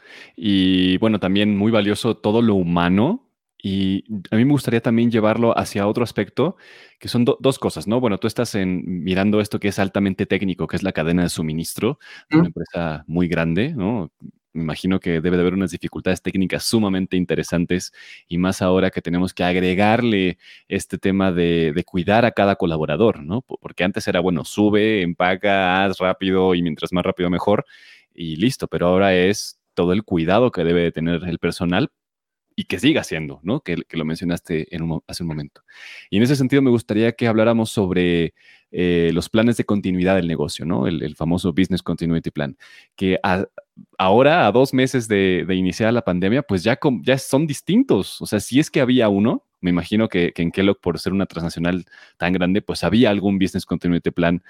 y bueno, también muy valioso todo lo humano. Y a mí me gustaría también llevarlo hacia otro aspecto, que son do- dos cosas, ¿no? Bueno, tú estás en, mirando esto que es altamente técnico, que es la cadena de suministro de una empresa muy grande, ¿no? Me imagino que debe de haber unas dificultades técnicas sumamente interesantes y más ahora que tenemos que agregarle este tema de, de cuidar a cada colaborador, ¿no? Porque antes era, bueno, sube, empaca, haz rápido y mientras más rápido mejor y listo, pero ahora es todo el cuidado que debe de tener el personal y que siga siendo, ¿no? Que, que lo mencionaste en un, hace un momento. Y en ese sentido me gustaría que habláramos sobre eh, los planes de continuidad del negocio, ¿no? El, el famoso Business Continuity Plan, que a, ahora, a dos meses de, de iniciar la pandemia, pues ya, com, ya son distintos. O sea, si es que había uno, me imagino que, que en Kellogg, por ser una transnacional tan grande, pues había algún Business Continuity Plan,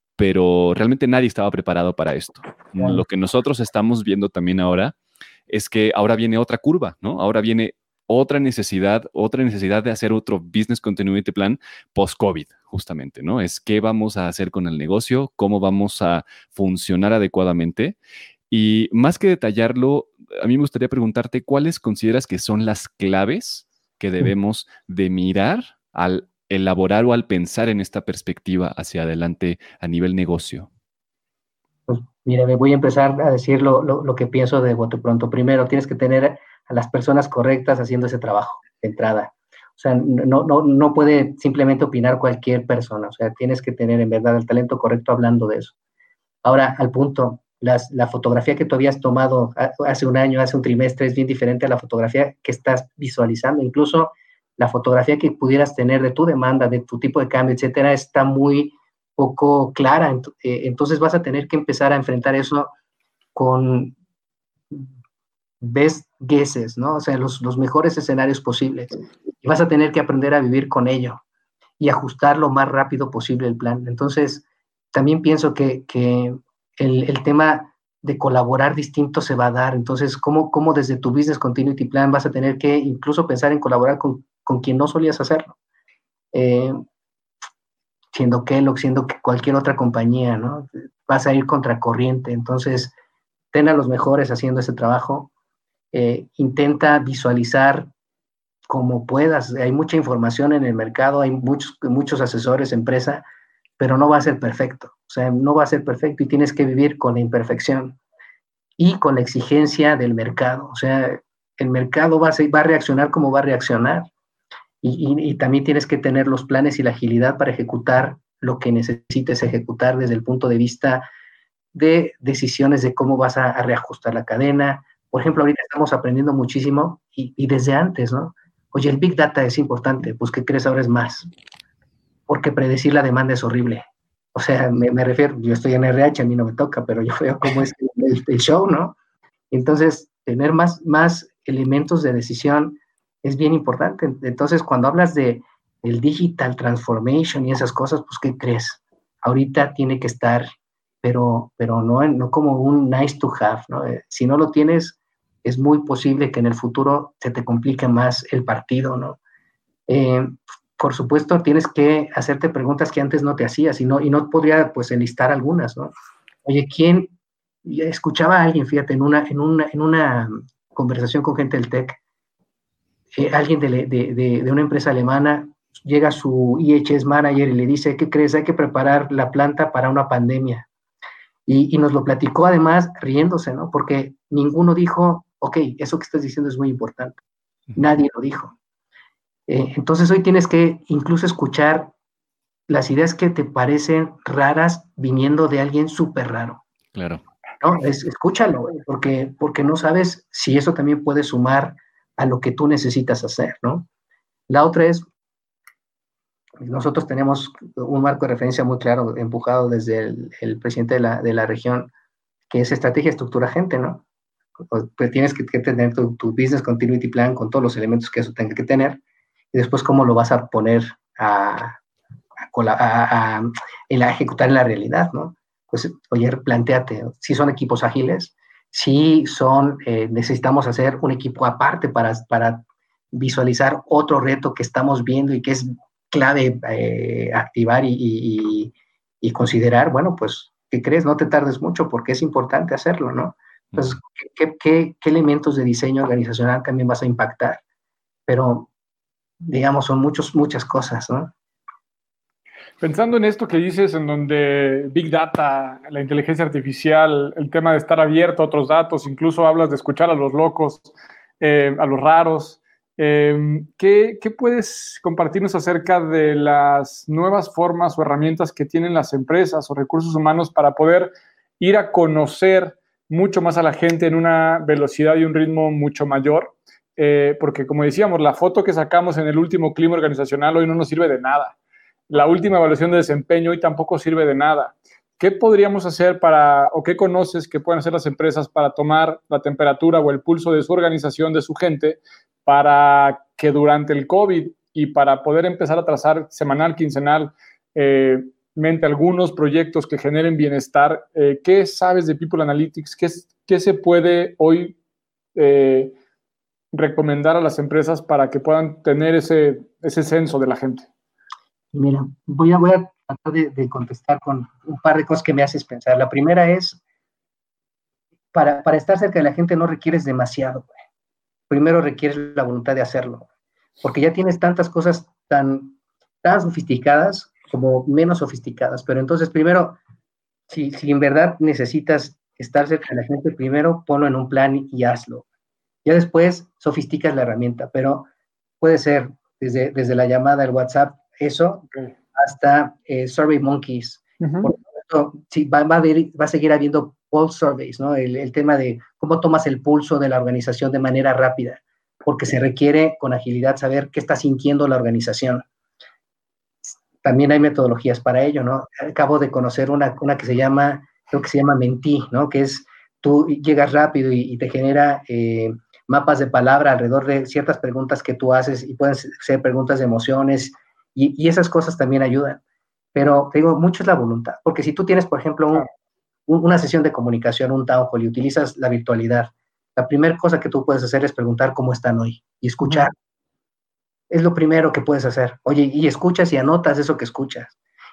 pero realmente nadie estaba preparado para esto. Wow. Lo que nosotros estamos viendo también ahora es que ahora viene otra curva, ¿no? Ahora viene otra necesidad, otra necesidad de hacer otro Business Continuity Plan post-COVID, justamente, ¿no? Es qué vamos a hacer con el negocio, cómo vamos a funcionar adecuadamente. Y más que detallarlo, a mí me gustaría preguntarte cuáles consideras que son las claves que debemos de mirar al elaborar o al pensar en esta perspectiva hacia adelante a nivel negocio. Pues mira, me voy a empezar a decir lo, lo, lo que pienso de bote pronto. Primero, tienes que tener a las personas correctas haciendo ese trabajo de entrada. O sea, no, no, no puede simplemente opinar cualquier persona. O sea, tienes que tener en verdad el talento correcto hablando de eso. Ahora, al punto, las, la fotografía que tú habías tomado hace un año, hace un trimestre, es bien diferente a la fotografía que estás visualizando. Incluso la fotografía que pudieras tener de tu demanda, de tu tipo de cambio, etcétera, está muy poco clara, entonces vas a tener que empezar a enfrentar eso con best guesses, ¿no? O sea, los, los mejores escenarios posibles. Y vas a tener que aprender a vivir con ello y ajustar lo más rápido posible el plan. Entonces, también pienso que, que el, el tema de colaborar distinto se va a dar. Entonces, ¿cómo, cómo desde tu Business Continuity Plan vas a tener que incluso pensar en colaborar con, con quien no solías hacerlo? Eh, siendo Kellogg, siendo cualquier otra compañía, ¿no? Vas a ir contracorriente. Entonces, ten a los mejores haciendo ese trabajo. Eh, intenta visualizar como puedas. Hay mucha información en el mercado, hay muchos, muchos asesores, empresa, pero no va a ser perfecto. O sea, no va a ser perfecto y tienes que vivir con la imperfección y con la exigencia del mercado. O sea, el mercado va a, ser, va a reaccionar como va a reaccionar y, y, y también tienes que tener los planes y la agilidad para ejecutar lo que necesites ejecutar desde el punto de vista de decisiones de cómo vas a, a reajustar la cadena. Por ejemplo, ahorita estamos aprendiendo muchísimo y, y desde antes, ¿no? Oye, el Big Data es importante, pues ¿qué crees? Ahora es más, porque predecir la demanda es horrible. O sea, me, me refiero, yo estoy en R H, a mí no me toca, pero yo veo cómo es el, el show, ¿no? Entonces, tener más, más elementos de decisión es bien importante. Entonces, cuando hablas de el digital transformation y esas cosas, pues ¿qué crees? Ahorita tiene que estar, pero, pero no, no como un nice to have, ¿no? Eh, si no lo tienes, es muy posible que en el futuro se te complique más el partido, ¿no? Eh, por supuesto, tienes que hacerte preguntas que antes no te hacías y no, y no podría, pues, enlistar algunas, ¿no? Oye, ¿quién? Escuchaba a alguien, fíjate, en una, en una, en una conversación con gente del tech, eh, alguien de, de, de, de una empresa alemana, llega su E H S manager y le dice, ¿qué crees? Hay que preparar la planta para una pandemia. Y, y nos lo platicó además riéndose, ¿no? Porque ninguno dijo, ok, eso que estás diciendo es muy importante. Nadie lo dijo. Eh, entonces hoy tienes que incluso escuchar las ideas que te parecen raras viniendo de alguien súper raro. Claro. ¿No? Es, escúchalo, porque, porque no sabes si eso también puede sumar a lo que tú necesitas hacer, ¿no? La otra es, nosotros tenemos un marco de referencia muy claro, empujado desde el, el presidente de la, de la región, que es estrategia, estructura, gente, ¿no? Pues tienes que, que tener tu, tu business continuity plan con todos los elementos que eso tenga que tener, y después cómo lo vas a poner a, a, a, a, en la, ejecutar en la realidad, ¿no? Pues, oye, plantéate, si son equipos ágiles, si son, eh, necesitamos hacer un equipo aparte para, para visualizar otro reto que estamos viendo y que es clave eh, activar y, y, y considerar, bueno, pues, ¿qué crees? No te tardes mucho porque es importante hacerlo, ¿no? Entonces, ¿qué, qué, qué elementos de diseño organizacional también vas a impactar? Pero, digamos, son muchos, muchas cosas, ¿no? Pensando en esto que dices, en donde Big Data, la inteligencia artificial, el tema de estar abierto a otros datos, incluso hablas de escuchar a los locos, eh, a los raros, eh, ¿qué, ¿qué puedes compartirnos acerca de las nuevas formas o herramientas que tienen las empresas o recursos humanos para poder ir a conocer mucho más a la gente en una velocidad y un ritmo mucho mayor? Eh, porque, como decíamos, la foto que sacamos en el último clima organizacional hoy no nos sirve de nada. La última evaluación de desempeño hoy tampoco sirve de nada. ¿Qué podríamos hacer para, o qué conoces que pueden hacer las empresas para tomar la temperatura o el pulso de su organización, de su gente, para que durante el COVID y para poder empezar a trazar semanal, quincenal, eh, mente algunos proyectos que generen bienestar? Eh, ¿Qué sabes de People Analytics? ¿Qué, qué se puede hoy eh, recomendar a las empresas para que puedan tener ese, ese censo de la gente? Mira, voy a, voy a tratar de, de contestar con un par de cosas que me haces pensar. La primera es, para, para estar cerca de la gente no requieres demasiado, güey. Primero requieres la voluntad de hacerlo, porque ya tienes tantas cosas tan, tan sofisticadas como menos sofisticadas, pero entonces primero, si, si en verdad necesitas estar cerca de la gente, primero ponlo en un plan y hazlo. Ya después sofisticas la herramienta, pero puede ser desde, desde la llamada, el WhatsApp, eso, okay, hasta eh, Survey Monkeys. Uh-huh. Por supuesto, sí, va, va, a haber, va a seguir habiendo pulse surveys, ¿no? El, el tema de cómo tomas el pulso de la organización de manera rápida, porque se requiere con agilidad saber qué está sintiendo la organización. También hay metodologías para ello, ¿no? Acabo de conocer una, una que se llama, creo que se llama Menti, ¿no? Que es, tú llegas rápido y, y te genera eh, mapas de palabra alrededor de ciertas preguntas que tú haces y pueden ser preguntas de emociones y, y esas cosas también ayudan. Pero te digo, mucho es la voluntad, porque si tú tienes, por ejemplo, un, un, una sesión de comunicación, un town hall y utilizas la virtualidad, la primera cosa que tú puedes hacer es preguntar cómo están hoy y escuchar. Uh-huh. Es lo primero que puedes hacer. Oye, y escuchas y anotas eso que escuchas.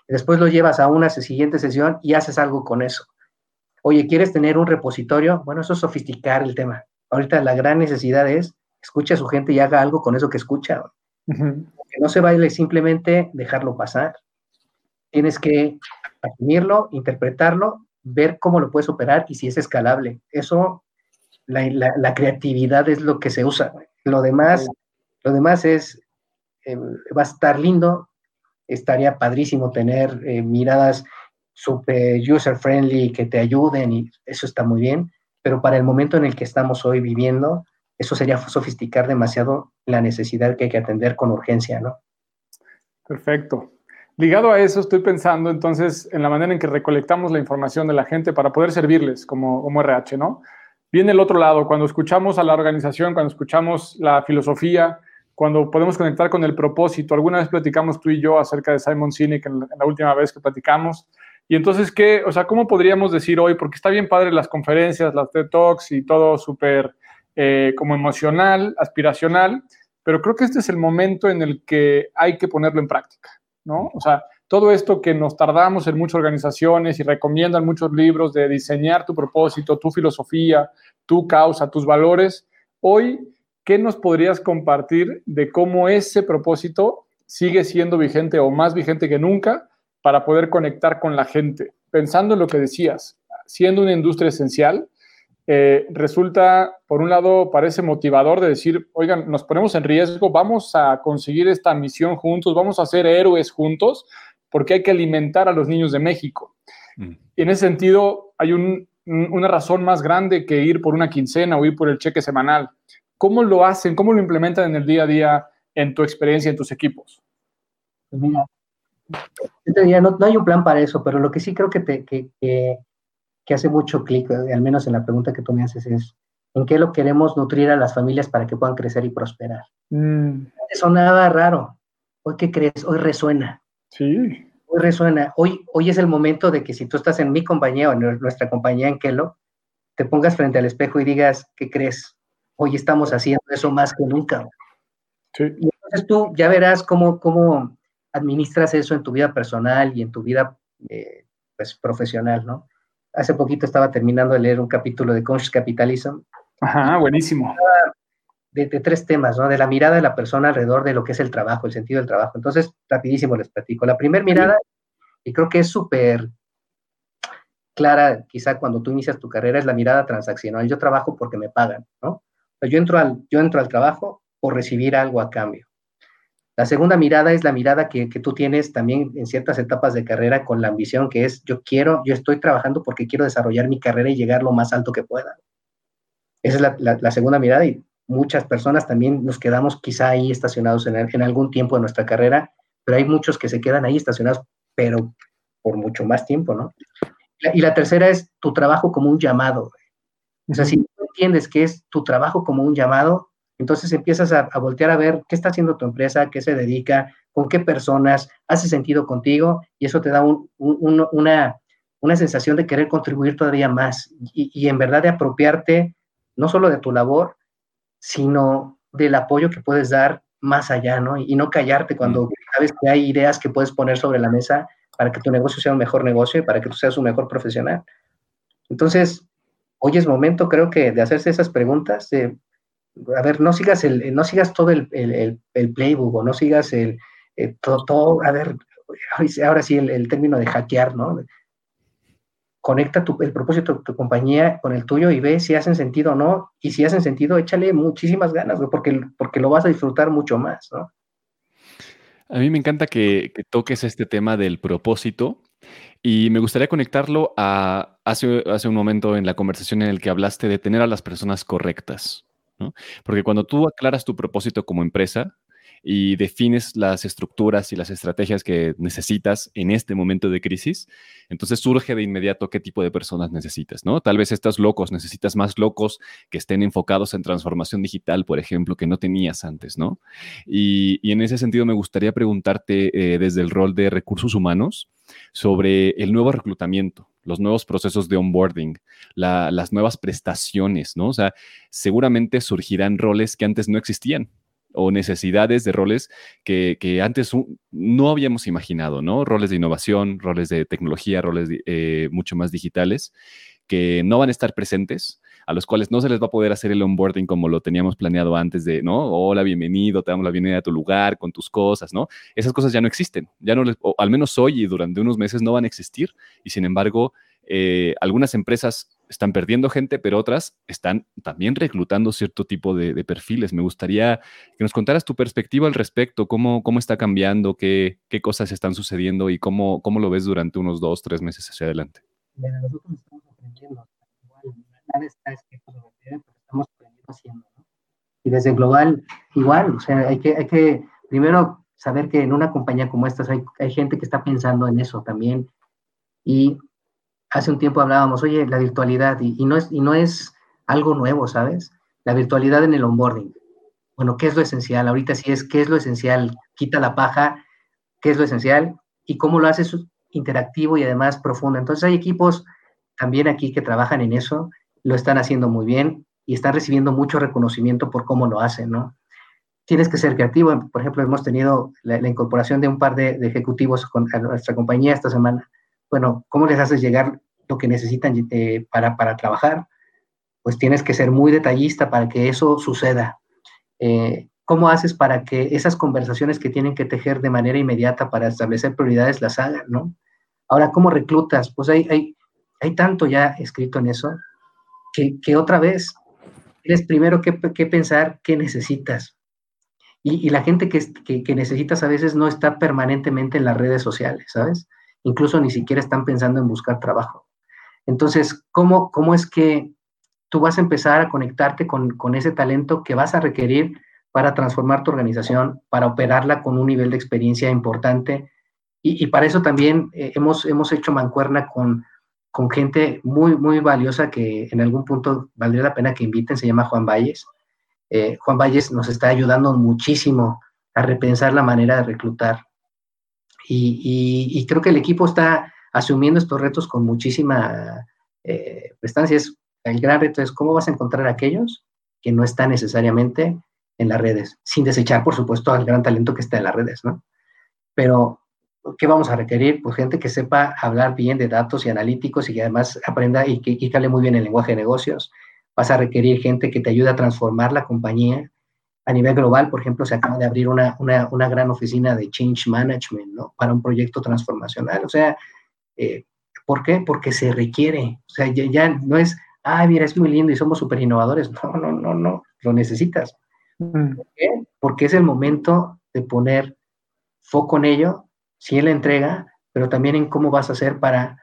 Después lo llevas a una siguiente sesión y haces algo con eso. Oye, ¿quieres tener un repositorio? Bueno, eso es sofisticar el tema. Ahorita la gran necesidad es escuche a su gente y haga algo con eso que escucha. Uh-huh. Que no se vale simplemente dejarlo pasar. Tienes que asumirlo, interpretarlo, ver cómo lo puedes operar y si es escalable. Eso, la, la, la creatividad es lo que se usa. Lo demás, lo demás es, eh, va a estar lindo, estaría padrísimo tener eh, miradas super user-friendly que te ayuden y eso está muy bien, pero para el momento en el que estamos hoy viviendo, eso sería sofisticar demasiado la necesidad que hay que atender con urgencia, ¿no? Perfecto. Ligado a eso, estoy pensando entonces en la manera en que recolectamos la información de la gente para poder servirles como, como R H, ¿no? Viene el otro lado, cuando escuchamos a la organización, cuando escuchamos la filosofía, cuando podemos conectar con el propósito. Alguna vez platicamos tú y yo acerca de Simon Sinek en la, en la última vez que platicamos. Y entonces, ¿qué? O sea, ¿cómo podríamos decir hoy? Porque está bien padre las conferencias, las TED Talks y todo súper eh, como emocional, aspiracional, pero creo que este es el momento en el que hay que ponerlo en práctica, ¿no? O sea, todo esto que nos tardamos en muchas organizaciones y recomiendan muchos libros de diseñar tu propósito, tu filosofía, tu causa, tus valores, hoy, ¿qué nos podrías compartir de cómo ese propósito sigue siendo vigente o más vigente que nunca para poder conectar con la gente? Pensando en lo que decías, siendo una industria esencial, eh, resulta, por un lado, parece motivador de decir, oigan, nos ponemos en riesgo, vamos a conseguir esta misión juntos, vamos a ser héroes juntos, porque hay que alimentar a los niños de México. Mm. Y en ese sentido, hay un, una razón más grande que ir por una quincena o ir por el cheque semanal. ¿Cómo lo hacen? ¿Cómo lo implementan en el día a día en tu experiencia, en tus equipos? Pues mira, yo te diría, no, no hay un plan para eso, pero lo que sí creo que, te, que, que, que hace mucho clic, al menos en la pregunta que tú me haces, es ¿en qué lo queremos nutrir a las familias para que puedan crecer y prosperar? Mm. Eso nada raro. ¿Hoy qué crees? Hoy resuena. Sí. Hoy resuena. Hoy, hoy es el momento de que si tú estás en mi compañía o en nuestra compañía en Kelo, te pongas frente al espejo y digas, ¿qué crees? Hoy estamos haciendo eso más que nunca. Sí. Y entonces tú ya verás cómo, cómo administras eso en tu vida personal y en tu vida eh, pues, profesional, ¿no? Hace poquito estaba terminando de leer un capítulo de Conscious Capitalism. Ajá, buenísimo. De, de tres temas, ¿no? De la mirada de la persona alrededor de lo que es el trabajo, el sentido del trabajo. Entonces, rapidísimo les platico. La primera mirada, y creo que es súper clara, quizá cuando tú inicias tu carrera, es la mirada transaccional. Yo trabajo porque me pagan, ¿no? Yo entro al, yo entro al trabajo por recibir algo a cambio. La segunda mirada es la mirada que, que tú tienes también en ciertas etapas de carrera con la ambición que es, yo quiero, yo estoy trabajando porque quiero desarrollar mi carrera y llegar lo más alto que pueda. Esa es la, la, la segunda mirada y muchas personas también nos quedamos quizá ahí estacionados en, en algún tiempo de nuestra carrera, pero hay muchos que se quedan ahí estacionados, pero por mucho más tiempo, ¿no? Y la, y la tercera es tu trabajo como un llamado. O sea, si tú entiendes que es tu trabajo como un llamado, entonces empiezas a, a voltear a ver qué está haciendo tu empresa, qué se dedica, con qué personas, hace sentido contigo, y eso te da un, un, una, una sensación de querer contribuir todavía más, y, y en verdad de apropiarte no solo de tu labor, sino del apoyo que puedes dar más allá, ¿no? Y, y no callarte cuando sabes que hay ideas que puedes poner sobre la mesa para que tu negocio sea un mejor negocio y para que tú seas un mejor profesional. Entonces, hoy es momento, creo que, de hacerse esas preguntas, de, a ver, no sigas, el, no sigas todo el, el, el playbook, o no sigas el, el todo, todo, a ver, ahora sí el, el término de hackear, ¿no? Conecta tu, el propósito de tu compañía con el tuyo y ve si hacen sentido o no, y si hacen sentido, échale muchísimas ganas, ¿no? porque, porque lo vas a disfrutar mucho más, ¿no? A mí me encanta que, que toques este tema del propósito y me gustaría conectarlo a hace, hace un momento en la conversación en el que hablaste de tener a las personas correctas, ¿no? Porque cuando tú aclaras tu propósito como empresa y defines las estructuras y las estrategias que necesitas en este momento de crisis, entonces surge de inmediato qué tipo de personas necesitas, ¿no? Tal vez estás locos, necesitas más locos que estén enfocados en transformación digital, por ejemplo, que no tenías antes, ¿no? Y, y en ese sentido me gustaría preguntarte eh, desde el rol de recursos humanos sobre el nuevo reclutamiento, los nuevos procesos de onboarding, la, las nuevas prestaciones, ¿no? O sea, seguramente surgirán roles que antes no existían. o necesidades de roles que, que antes un, no habíamos imaginado, ¿no? Roles de innovación, roles de tecnología, roles de, eh, mucho más digitales, que no van a estar presentes, a los cuales no se les va a poder hacer el onboarding como lo teníamos planeado antes de, ¿no? Hola, bienvenido, te damos la bienvenida a tu lugar con tus cosas, ¿no? Esas cosas ya no existen, ya no les, o al menos hoy y durante unos meses no van a existir, y sin embargo, eh, algunas empresas están perdiendo gente, pero otras están también reclutando cierto tipo de, de perfiles. Me gustaría que nos contaras tu perspectiva al respecto, cómo, cómo está cambiando, qué, qué cosas están sucediendo y cómo, cómo lo ves durante unos dos, tres meses hacia adelante. Mira, nosotros estamos aprendiendo, igual, nada está escrito sobre ti, pero estamos aprendiendo haciendo, ¿no? Y desde Global, igual, o sea, hay que, hay que primero saber que en una compañía como esta hay, hay gente que está pensando en eso también. Y hace un tiempo hablábamos, oye, la virtualidad, y, y, no es, y no es algo nuevo, ¿sabes? La virtualidad en el onboarding. Bueno, ¿qué es lo esencial? Ahorita sí es, ¿qué es lo esencial? Quita la paja, ¿qué es lo esencial? Y cómo lo haces interactivo y además profundo. Entonces hay equipos también aquí que trabajan en eso, lo están haciendo muy bien y están recibiendo mucho reconocimiento por cómo lo hacen, ¿no? Tienes que ser creativo. Por ejemplo, hemos tenido la, la incorporación de un par de, de ejecutivos con, a nuestra compañía esta semana. Bueno, ¿cómo les haces llegar lo que necesitan eh, para, para trabajar? Pues tienes que ser muy detallista para que eso suceda. Eh, ¿Cómo haces para que esas conversaciones que tienen que tejer de manera inmediata para establecer prioridades las hagan, ¿no? Ahora, ¿cómo reclutas? Pues hay, hay, hay tanto ya escrito en eso que, que otra vez tienes primero que, que pensar qué necesitas. Y, y la gente que, que, que necesitas a veces no está permanentemente en las redes sociales, ¿sabes? Incluso ni siquiera están pensando en buscar trabajo. Entonces, ¿cómo, cómo es que tú vas a empezar a conectarte con, con ese talento que vas a requerir para transformar tu organización, para operarla con un nivel de experiencia importante? Y, y para eso también eh, hemos, hemos hecho mancuerna con, con gente muy, muy valiosa que en algún punto valdría la pena que inviten, se llama Juan Valles. Eh, Juan Valles nos está ayudando muchísimo a repensar la manera de reclutar. Y, y, y creo que el equipo está asumiendo estos retos con muchísima eh, prestancia. Es, el gran reto es cómo vas a encontrar a aquellos que no están necesariamente en las redes, sin desechar, por supuesto, al gran talento que está en las redes, ¿no? Pero, ¿qué vamos a requerir? Pues gente que sepa hablar bien de datos y analíticos y que además aprenda y que, y que hable muy bien el lenguaje de negocios. Vas a requerir gente que te ayude a transformar la compañía. A nivel global, por ejemplo, se acaba de abrir una, una, una gran oficina de change management, ¿no? Para un proyecto transformacional. O sea, eh, ¿por qué? Porque se requiere. O sea, ya, ya no es, ah, mira, es muy lindo y somos súper innovadores. No, no, no, no, lo necesitas. Mm. ¿Por qué? Porque es el momento de poner foco en ello, sí en la entrega, pero también en cómo vas a hacer para,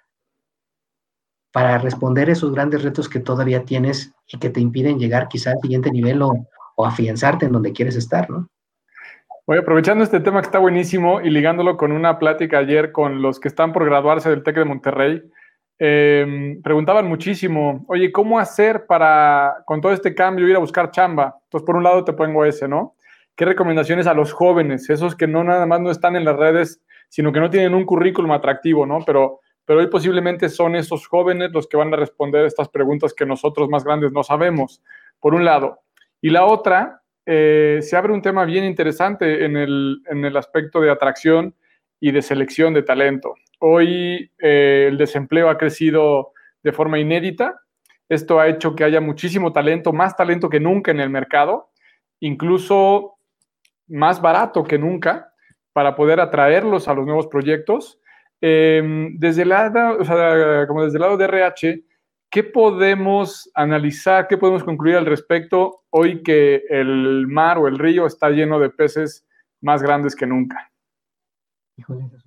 para responder esos grandes retos que todavía tienes y que te impiden llegar quizá al siguiente nivel o o afianzarte en donde quieres estar, ¿no? Oye, aprovechando este tema que está buenísimo y ligándolo con una plática ayer con los que están por graduarse del TEC de Monterrey, eh, preguntaban muchísimo, oye, ¿cómo hacer para, con todo este cambio, ir a buscar chamba? Entonces, por un lado te pongo ese, ¿no? ¿Qué recomendaciones a los jóvenes, esos que no nada más no están en las redes, sino que no tienen un currículum atractivo, ¿no? Pero, pero hoy posiblemente son esos jóvenes los que van a responder estas preguntas que nosotros más grandes no sabemos, por un lado. Y la otra, eh, se abre un tema bien interesante en el, en el aspecto de atracción y de selección de talento. Hoy eh, el desempleo ha crecido de forma inédita. Esto ha hecho que haya muchísimo talento, más talento que nunca en el mercado, incluso más barato que nunca para poder atraerlos a los nuevos proyectos. Eh, desde el lado, o sea, como desde el lado de R H, ¿qué podemos analizar, qué podemos concluir al respecto hoy que el mar o el río está lleno de peces más grandes que nunca? Híjole, esa es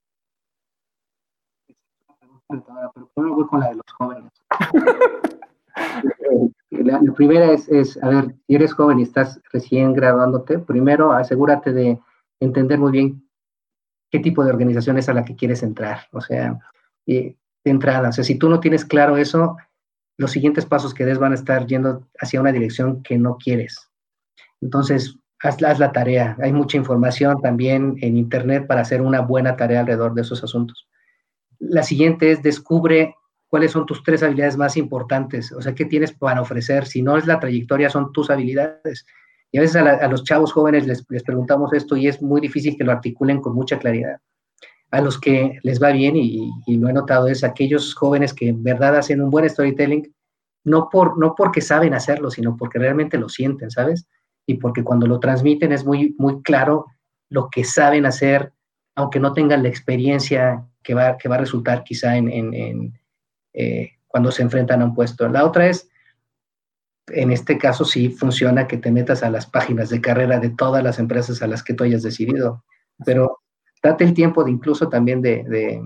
una pregunta, pero primero voy con la de los jóvenes. la, la primera es, es, a ver, si eres joven y estás recién graduándote, primero asegúrate de entender muy bien qué tipo de organización es a la que quieres entrar. O sea, y de entrada, o sea, si tú no tienes claro eso, los siguientes pasos que des van a estar yendo hacia una dirección que no quieres. Entonces, haz, haz la tarea. Hay mucha información también en internet para hacer una buena tarea alrededor de esos asuntos. La siguiente es descubre cuáles son tus tres habilidades más importantes. O sea, ¿qué tienes para ofrecer? Si no es la trayectoria, son tus habilidades. Y a veces a, la, a los chavos jóvenes les, les preguntamos esto y es muy difícil que lo articulen con mucha claridad. A los que les va bien, y, y lo he notado, es aquellos jóvenes que en verdad hacen un buen storytelling, no, por, no porque saben hacerlo, sino porque realmente lo sienten, ¿sabes? Y porque cuando lo transmiten es muy, muy claro lo que saben hacer, aunque no tengan la experiencia que va, que va a resultar quizá en, en, en eh, cuando se enfrentan a un puesto. La otra es, en este caso sí funciona que te metas a las páginas de carrera de todas las empresas a las que tú hayas decidido, pero date el tiempo de incluso también de, de,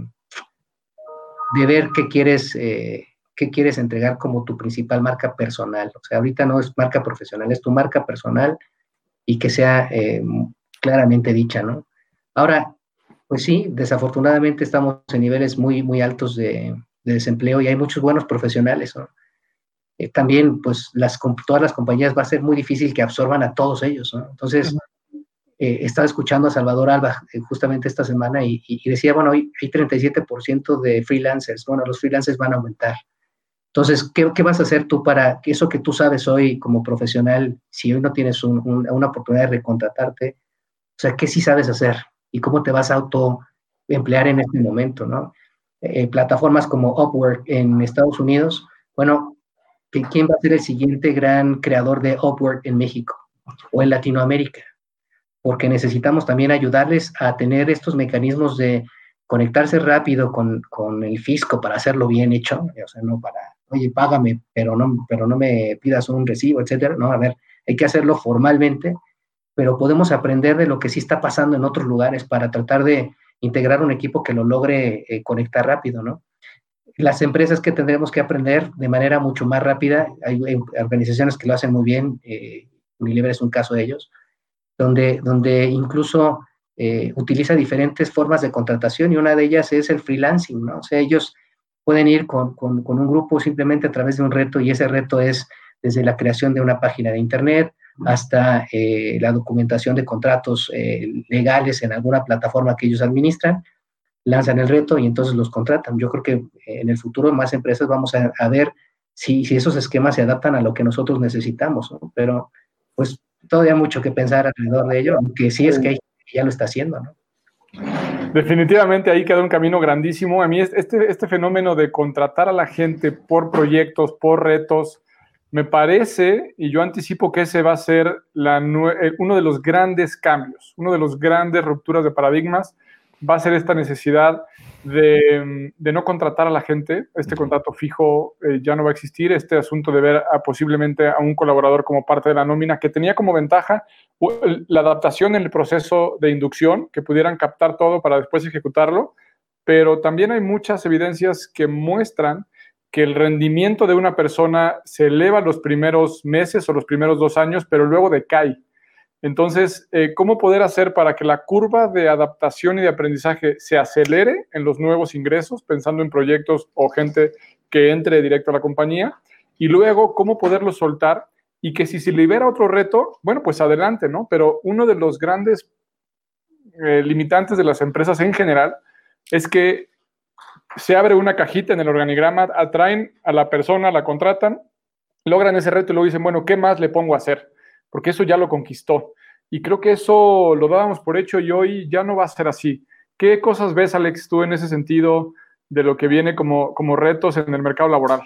de ver qué quieres, eh, qué quieres entregar como tu principal marca personal. O sea, ahorita no es marca profesional, es tu marca personal y que sea eh, claramente dicha, ¿no? Ahora, pues sí, desafortunadamente estamos en niveles muy, muy altos de, de desempleo y hay muchos buenos profesionales, ¿no? Eh, también, pues, las, todas las compañías va a ser muy difícil que absorban a todos ellos, ¿no? Entonces, eh, estaba escuchando a Salvador Alba eh, justamente esta semana y, y, y decía, bueno, hoy hay treinta y siete por ciento de freelancers, bueno, los freelancers van a aumentar. Entonces, ¿qué, ¿qué vas a hacer tú para que eso que tú sabes hoy como profesional, si hoy no tienes un, un, una oportunidad de recontratarte, o sea, ¿qué sí sabes hacer? ¿Y cómo te vas a autoemplear en este momento, ¿no? Eh, plataformas como Upwork en Estados Unidos, bueno, ¿quién va a ser el siguiente gran creador de Upwork en México o en Latinoamérica? Porque necesitamos también ayudarles a tener estos mecanismos de conectarse rápido con, con el fisco para hacerlo bien hecho, o sea, no para, oye, págame, pero no, pero no me pidas un recibo, etcétera. No, a ver, hay que hacerlo formalmente, pero podemos aprender de lo que sí está pasando en otros lugares para tratar de integrar un equipo que lo logre eh, conectar rápido, ¿no? Las empresas que tendremos que aprender de manera mucho más rápida, hay, hay organizaciones que lo hacen muy bien, eh, Unilever es un caso de ellos, donde, donde incluso eh, utiliza diferentes formas de contratación y una de ellas es el freelancing, ¿no? O sea, ellos pueden ir con, con, con un grupo simplemente a través de un reto y ese reto es desde la creación de una página de internet hasta eh, la documentación de contratos eh, legales en alguna plataforma que ellos administran, lanzan el reto y entonces los contratan. Yo creo que en el futuro más empresas vamos a, a ver si, si esos esquemas se adaptan a lo que nosotros necesitamos, ¿no? Pero pues todavía mucho que pensar alrededor de ello, aunque sí es que hay gente que ya lo está haciendo, ¿no? Definitivamente ahí queda un camino grandísimo. A mí este, este fenómeno de contratar a la gente por proyectos, por retos, me parece, y yo anticipo que ese va a ser la, uno de los grandes cambios, uno de los grandes rupturas de paradigmas, va a ser esta necesidad de, de no contratar a la gente. Este contrato fijo eh, ya no va a existir. Este asunto de ver a, posiblemente a un colaborador como parte de la nómina, que tenía como ventaja la adaptación en el proceso de inducción, que pudieran captar todo para después ejecutarlo, pero también hay muchas evidencias que muestran que el rendimiento de una persona se eleva los primeros meses o los primeros dos años, pero luego decae. Entonces, eh, ¿cómo poder hacer para que la curva de adaptación y de aprendizaje se acelere en los nuevos ingresos, pensando en proyectos o gente que entre directo a la compañía? Y luego, ¿cómo poderlo soltar? Y que si se libera otro reto, bueno, pues adelante, ¿no? Pero uno de los grandes eh, limitantes de las empresas en general es que se abre una cajita en el organigrama, atraen a la persona, la contratan, logran ese reto y luego dicen, bueno, ¿qué más le pongo a hacer? Porque eso ya lo conquistó. Y creo que eso lo dábamos por hecho y hoy ya no va a ser así. ¿Qué cosas ves, Alex, tú en ese sentido de lo que viene como, como retos en el mercado laboral?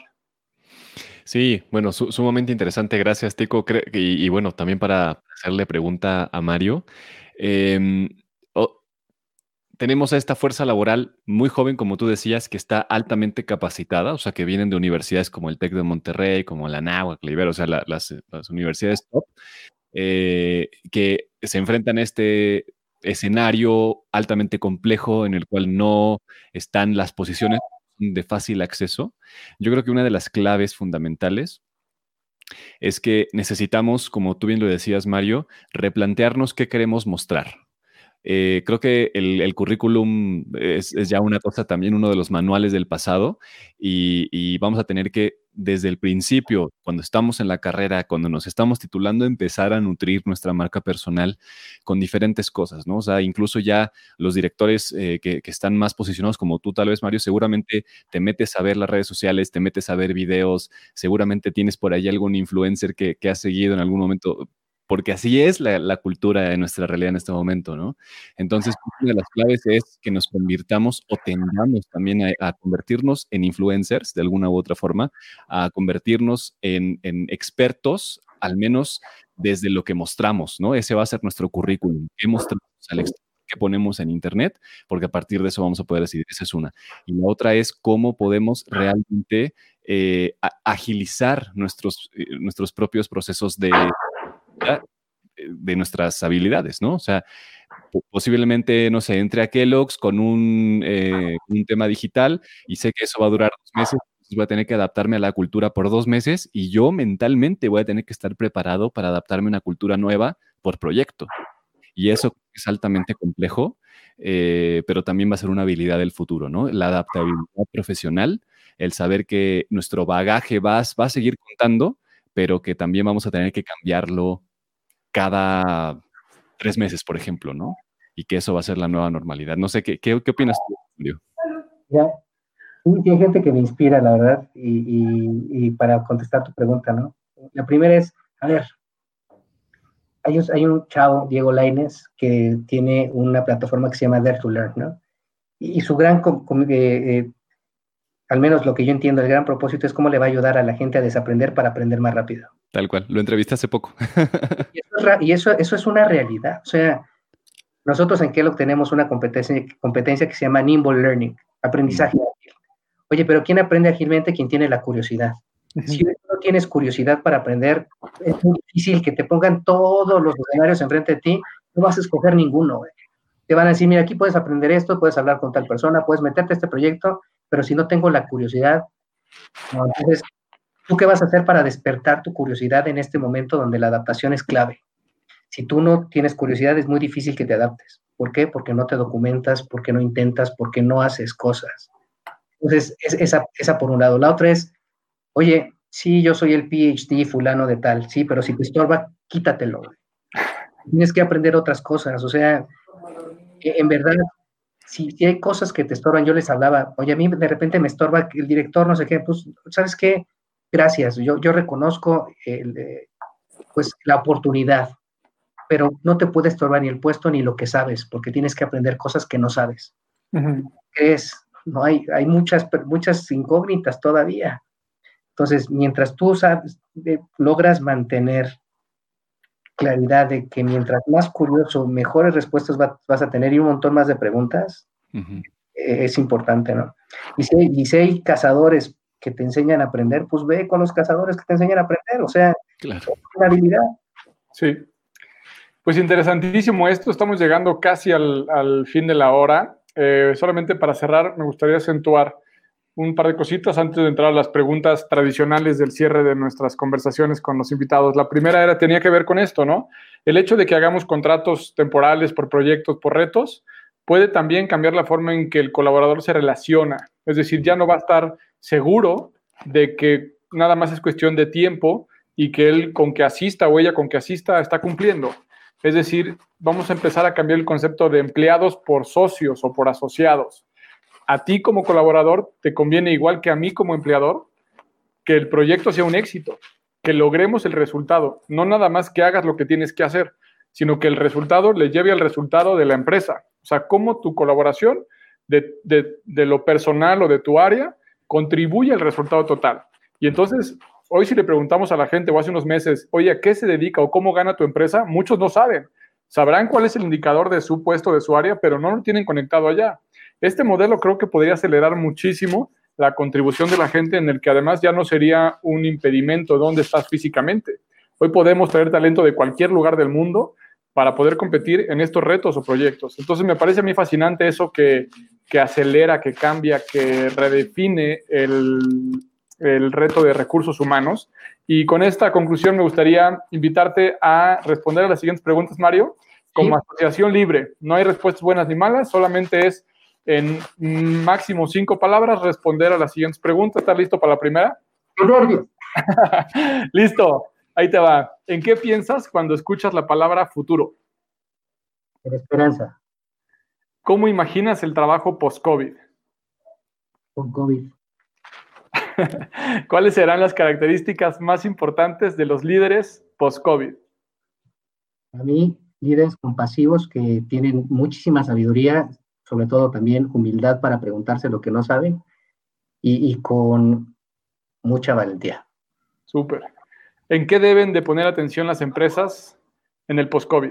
Sí, bueno, su, sumamente interesante. Gracias, Tico. Y, y bueno, también para hacerle pregunta a Mario. Eh, oh, tenemos a esta fuerza laboral muy joven, como tú decías, que está altamente capacitada, o sea, que vienen de universidades como el TEC de Monterrey, como la Anáhuac, la Ibero, o sea, la, las, las universidades top, eh, que se enfrentan a este escenario altamente complejo en el cual no están las posiciones de fácil acceso. Yo creo que una de las claves fundamentales es que necesitamos, como tú bien lo decías, Mario, replantearnos qué queremos mostrar. Eh, creo que el, el currículum es, es ya una cosa también, uno de los manuales del pasado y, y vamos a tener que, desde el principio, cuando estamos en la carrera, cuando nos estamos titulando, empezar a nutrir nuestra marca personal con diferentes cosas, ¿no? O sea, incluso ya los directores eh, que, que están más posicionados como tú, tal vez, Mario, seguramente te metes a ver las redes sociales, te metes a ver videos, seguramente tienes por ahí algún influencer que, que has seguido en algún momento. porque así es la, la cultura de nuestra realidad en este momento, ¿no? Entonces, una de las claves es que nos convirtamos o tendamos también a, a convertirnos en influencers de alguna u otra forma, a convertirnos en, en expertos, al menos desde lo que mostramos, ¿no? Ese va a ser nuestro currículum, qué mostramos al exterior, qué ponemos en Internet, porque a partir de eso vamos a poder decidir. Esa es una. Y la otra es cómo podemos realmente eh, a, agilizar nuestros, eh, nuestros propios procesos de, de nuestras habilidades, ¿no? O sea, posiblemente, no sé, entre a Kellogg's con un, eh, un tema digital y sé que eso va a durar dos meses, entonces voy a tener que adaptarme a la cultura por dos meses y yo mentalmente voy a tener que estar preparado para adaptarme a una cultura nueva por proyecto. Y eso es altamente complejo, eh, pero también va a ser una habilidad del futuro, ¿no? La adaptabilidad profesional, el saber que nuestro bagaje va, va a seguir contando, pero que también vamos a tener que cambiarlo cada tres meses, por ejemplo, ¿no? Y que eso va a ser la nueva normalidad. No sé, ¿qué, qué, qué opinas tú, Julio? Ya, sí, hay gente que me inspira, la verdad, y, y, y para contestar tu pregunta, ¿no? La primera es, a ver, hay un, hay un chavo, Diego Lainez, que tiene una plataforma que se llama Dare to Learn, ¿no? Y, y su gran, com, com, eh, eh, al menos lo que yo entiendo, el gran propósito es cómo le va a ayudar a la gente a desaprender para aprender más rápido. Tal cual, lo entrevisté hace poco. Y, eso es, y eso, eso es una realidad. O sea, nosotros en Kellogg tenemos una competencia, competencia que se llama Nimble Learning, aprendizaje ágil. Oye, pero ¿quién aprende ágilmente? Quien tiene la curiosidad. Si no tienes curiosidad para aprender, es muy difícil que te pongan todos los escenarios enfrente de ti, no vas a escoger ninguno, güey. Te van a decir, mira, aquí puedes aprender esto, puedes hablar con tal persona, puedes meterte a este proyecto, pero si no tengo la curiosidad, no, entonces, ¿tú qué vas a hacer para despertar tu curiosidad en este momento donde la adaptación es clave? Si tú no tienes curiosidad, es muy difícil que te adaptes. ¿Por qué? Porque no te documentas, porque no intentas, porque no haces cosas. Entonces, es, esa, esa por un lado. La otra es, oye, sí, yo soy el P H D fulano de tal, sí, pero si te estorba, quítatelo. Tienes que aprender otras cosas. O sea, en verdad, si, si hay cosas que te estorban, yo les hablaba, oye, a mí de repente me estorba el director, no sé qué, pues, ¿sabes qué? Gracias, yo, yo reconozco el, eh, pues, la oportunidad, pero no te puede estorbar ni el puesto ni lo que sabes, porque tienes que aprender cosas que no sabes. Uh-huh. Es, no hay, hay muchas, muchas incógnitas todavía. Entonces, mientras tú sabes, eh, logras mantener claridad de que mientras más curioso, mejores respuestas va, vas a tener y un montón más de preguntas, uh-huh. eh, es importante, ¿no? Y si, y si hay cazadores que te enseñan a aprender, pues ve con los cazadores que te enseñan a aprender, o sea, claro. Es una habilidad. Sí. Pues interesantísimo esto, estamos llegando casi al, al fin de la hora. Eh, solamente para cerrar, me gustaría acentuar un par de cositas antes de entrar a las preguntas tradicionales del cierre de nuestras conversaciones con los invitados. La primera era, tenía que ver con esto, ¿no? El hecho de que hagamos contratos temporales por proyectos, por retos, puede también cambiar la forma en que el colaborador se relaciona. Es decir, ya no va a estar seguro de que nada más es cuestión de tiempo y que él con que asista o ella con que asista está cumpliendo. Es decir, vamos a empezar a cambiar el concepto de empleados por socios o por asociados. A ti como colaborador te conviene, igual que a mí como empleador, que el proyecto sea un éxito, que logremos el resultado, no nada más que hagas lo que tienes que hacer, sino que el resultado le lleve al resultado de la empresa. O sea, cómo tu colaboración de, de, de lo personal o de tu área contribuye al resultado total. Y entonces, hoy si le preguntamos a la gente, o hace unos meses, oye, ¿a qué se dedica o cómo gana tu empresa? Muchos no saben. Sabrán cuál es el indicador de su puesto, de su área, pero no lo tienen conectado allá. Este modelo creo que podría acelerar muchísimo la contribución de la gente, en el que además ya no sería un impedimento dónde estás físicamente. Hoy podemos traer talento de cualquier lugar del mundo para poder competir en estos retos o proyectos. Entonces me parece a mí fascinante eso que, que acelera, que cambia, que redefine el, el reto de recursos humanos. Y con esta conclusión me gustaría invitarte a responder a las siguientes preguntas, Mario. Como sí. Asociación libre, no hay respuestas buenas ni malas, solamente es en máximo cinco palabras responder a las siguientes preguntas. ¿Estás listo para la primera? Listo, ahí te va. ¿En qué piensas cuando escuchas la palabra futuro? En esperanza. ¿Cómo imaginas el trabajo post-COVID? Con COVID. ¿Cuáles serán las características más importantes de los líderes post-COVID? A mí, líderes compasivos que tienen muchísima sabiduría, sobre todo también humildad para preguntarse lo que no saben y, y con mucha valentía. Súper. ¿En qué deben de poner atención las empresas en el post-COVID?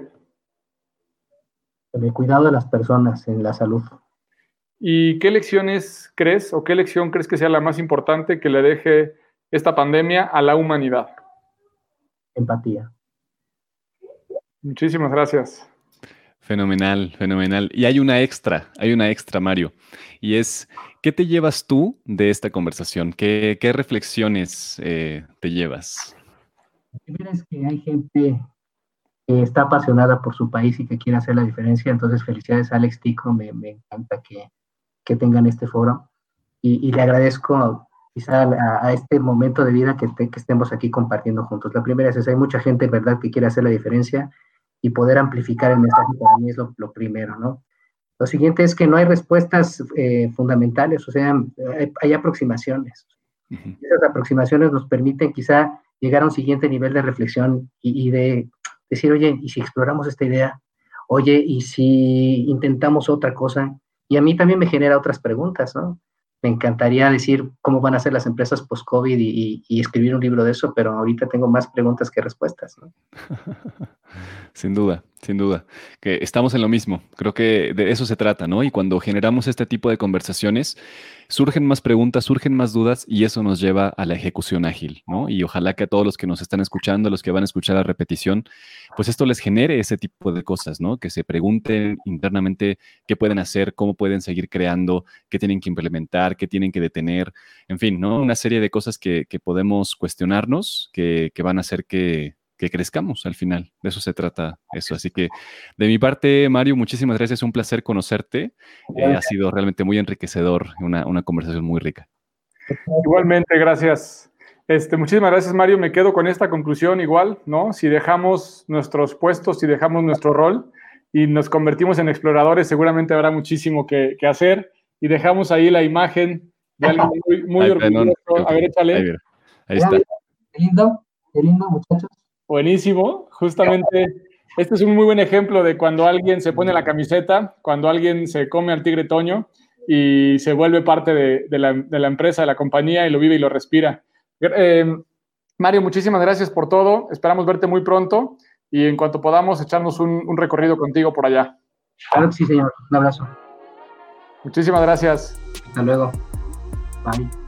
En el cuidado de las personas, en la salud. ¿Y qué lecciones crees o qué lección crees que sea la más importante que le deje esta pandemia a la humanidad? Empatía. Muchísimas gracias. Fenomenal, fenomenal. Y hay una extra, hay una extra, Mario. Y es, ¿qué te llevas tú de esta conversación? ¿Qué, qué reflexiones eh, te llevas? La primera es que hay gente que está apasionada por su país y que quiere hacer la diferencia. Entonces, felicidades a Alex Tico, me, me encanta que, que tengan este foro. Y, y le agradezco quizá a, a este momento de vida que, te, que estemos aquí compartiendo juntos. La primera es esa, hay mucha gente, ¿verdad?, que quiere hacer la diferencia y poder amplificar el mensaje para mí es lo, lo primero, ¿no? Lo siguiente es que no hay respuestas eh, fundamentales, o sea, hay, hay aproximaciones. Uh-huh. Esas aproximaciones nos permiten quizá llegar a un siguiente nivel de reflexión y, y de decir, oye, ¿y si exploramos esta idea? Oye, ¿y si intentamos otra cosa? Y a mí también me genera otras preguntas, ¿no? Me encantaría decir cómo van a ser las empresas post-COVID y, y, y escribir un libro de eso, pero ahorita tengo más preguntas que respuestas, ¿no? Sin duda, sin duda. Que estamos en lo mismo. Creo que de eso se trata, ¿no? Y cuando generamos este tipo de conversaciones, surgen más preguntas, surgen más dudas y eso nos lleva a la ejecución ágil, ¿no? Y ojalá que a todos los que nos están escuchando, los que van a escuchar la repetición, pues esto les genere ese tipo de cosas, ¿no? Que se pregunten internamente qué pueden hacer, cómo pueden seguir creando, qué tienen que implementar, qué tienen que detener, en fin, ¿no? Una serie de cosas que, que podemos cuestionarnos, que, que van a hacer que que crezcamos al final. De eso se trata eso. Así que de mi parte, Mario, muchísimas gracias. Un placer conocerte. Eh, ha sido realmente muy enriquecedor, una, una conversación muy rica. Igualmente, gracias. Este, muchísimas gracias, Mario. Me quedo con esta conclusión igual, ¿no? Si dejamos nuestros puestos, si dejamos nuestro rol y nos convertimos en exploradores, seguramente habrá muchísimo que, que hacer. Y dejamos ahí la imagen de alguien muy, muy orgulloso. No, a ver, échale. Ahí, ahí está. Qué lindo, qué lindo, muchachos. Buenísimo. Justamente, este es un muy buen ejemplo de cuando alguien se pone la camiseta, cuando alguien se come al tigre Toño y se vuelve parte de, de, la, de la empresa, de la compañía y lo vive y lo respira. Eh, Mario, muchísimas gracias por todo. Esperamos verte muy pronto y en cuanto podamos echarnos un, un recorrido contigo por allá. Claro que sí, señor. Un abrazo. Muchísimas gracias. Hasta luego. Bye.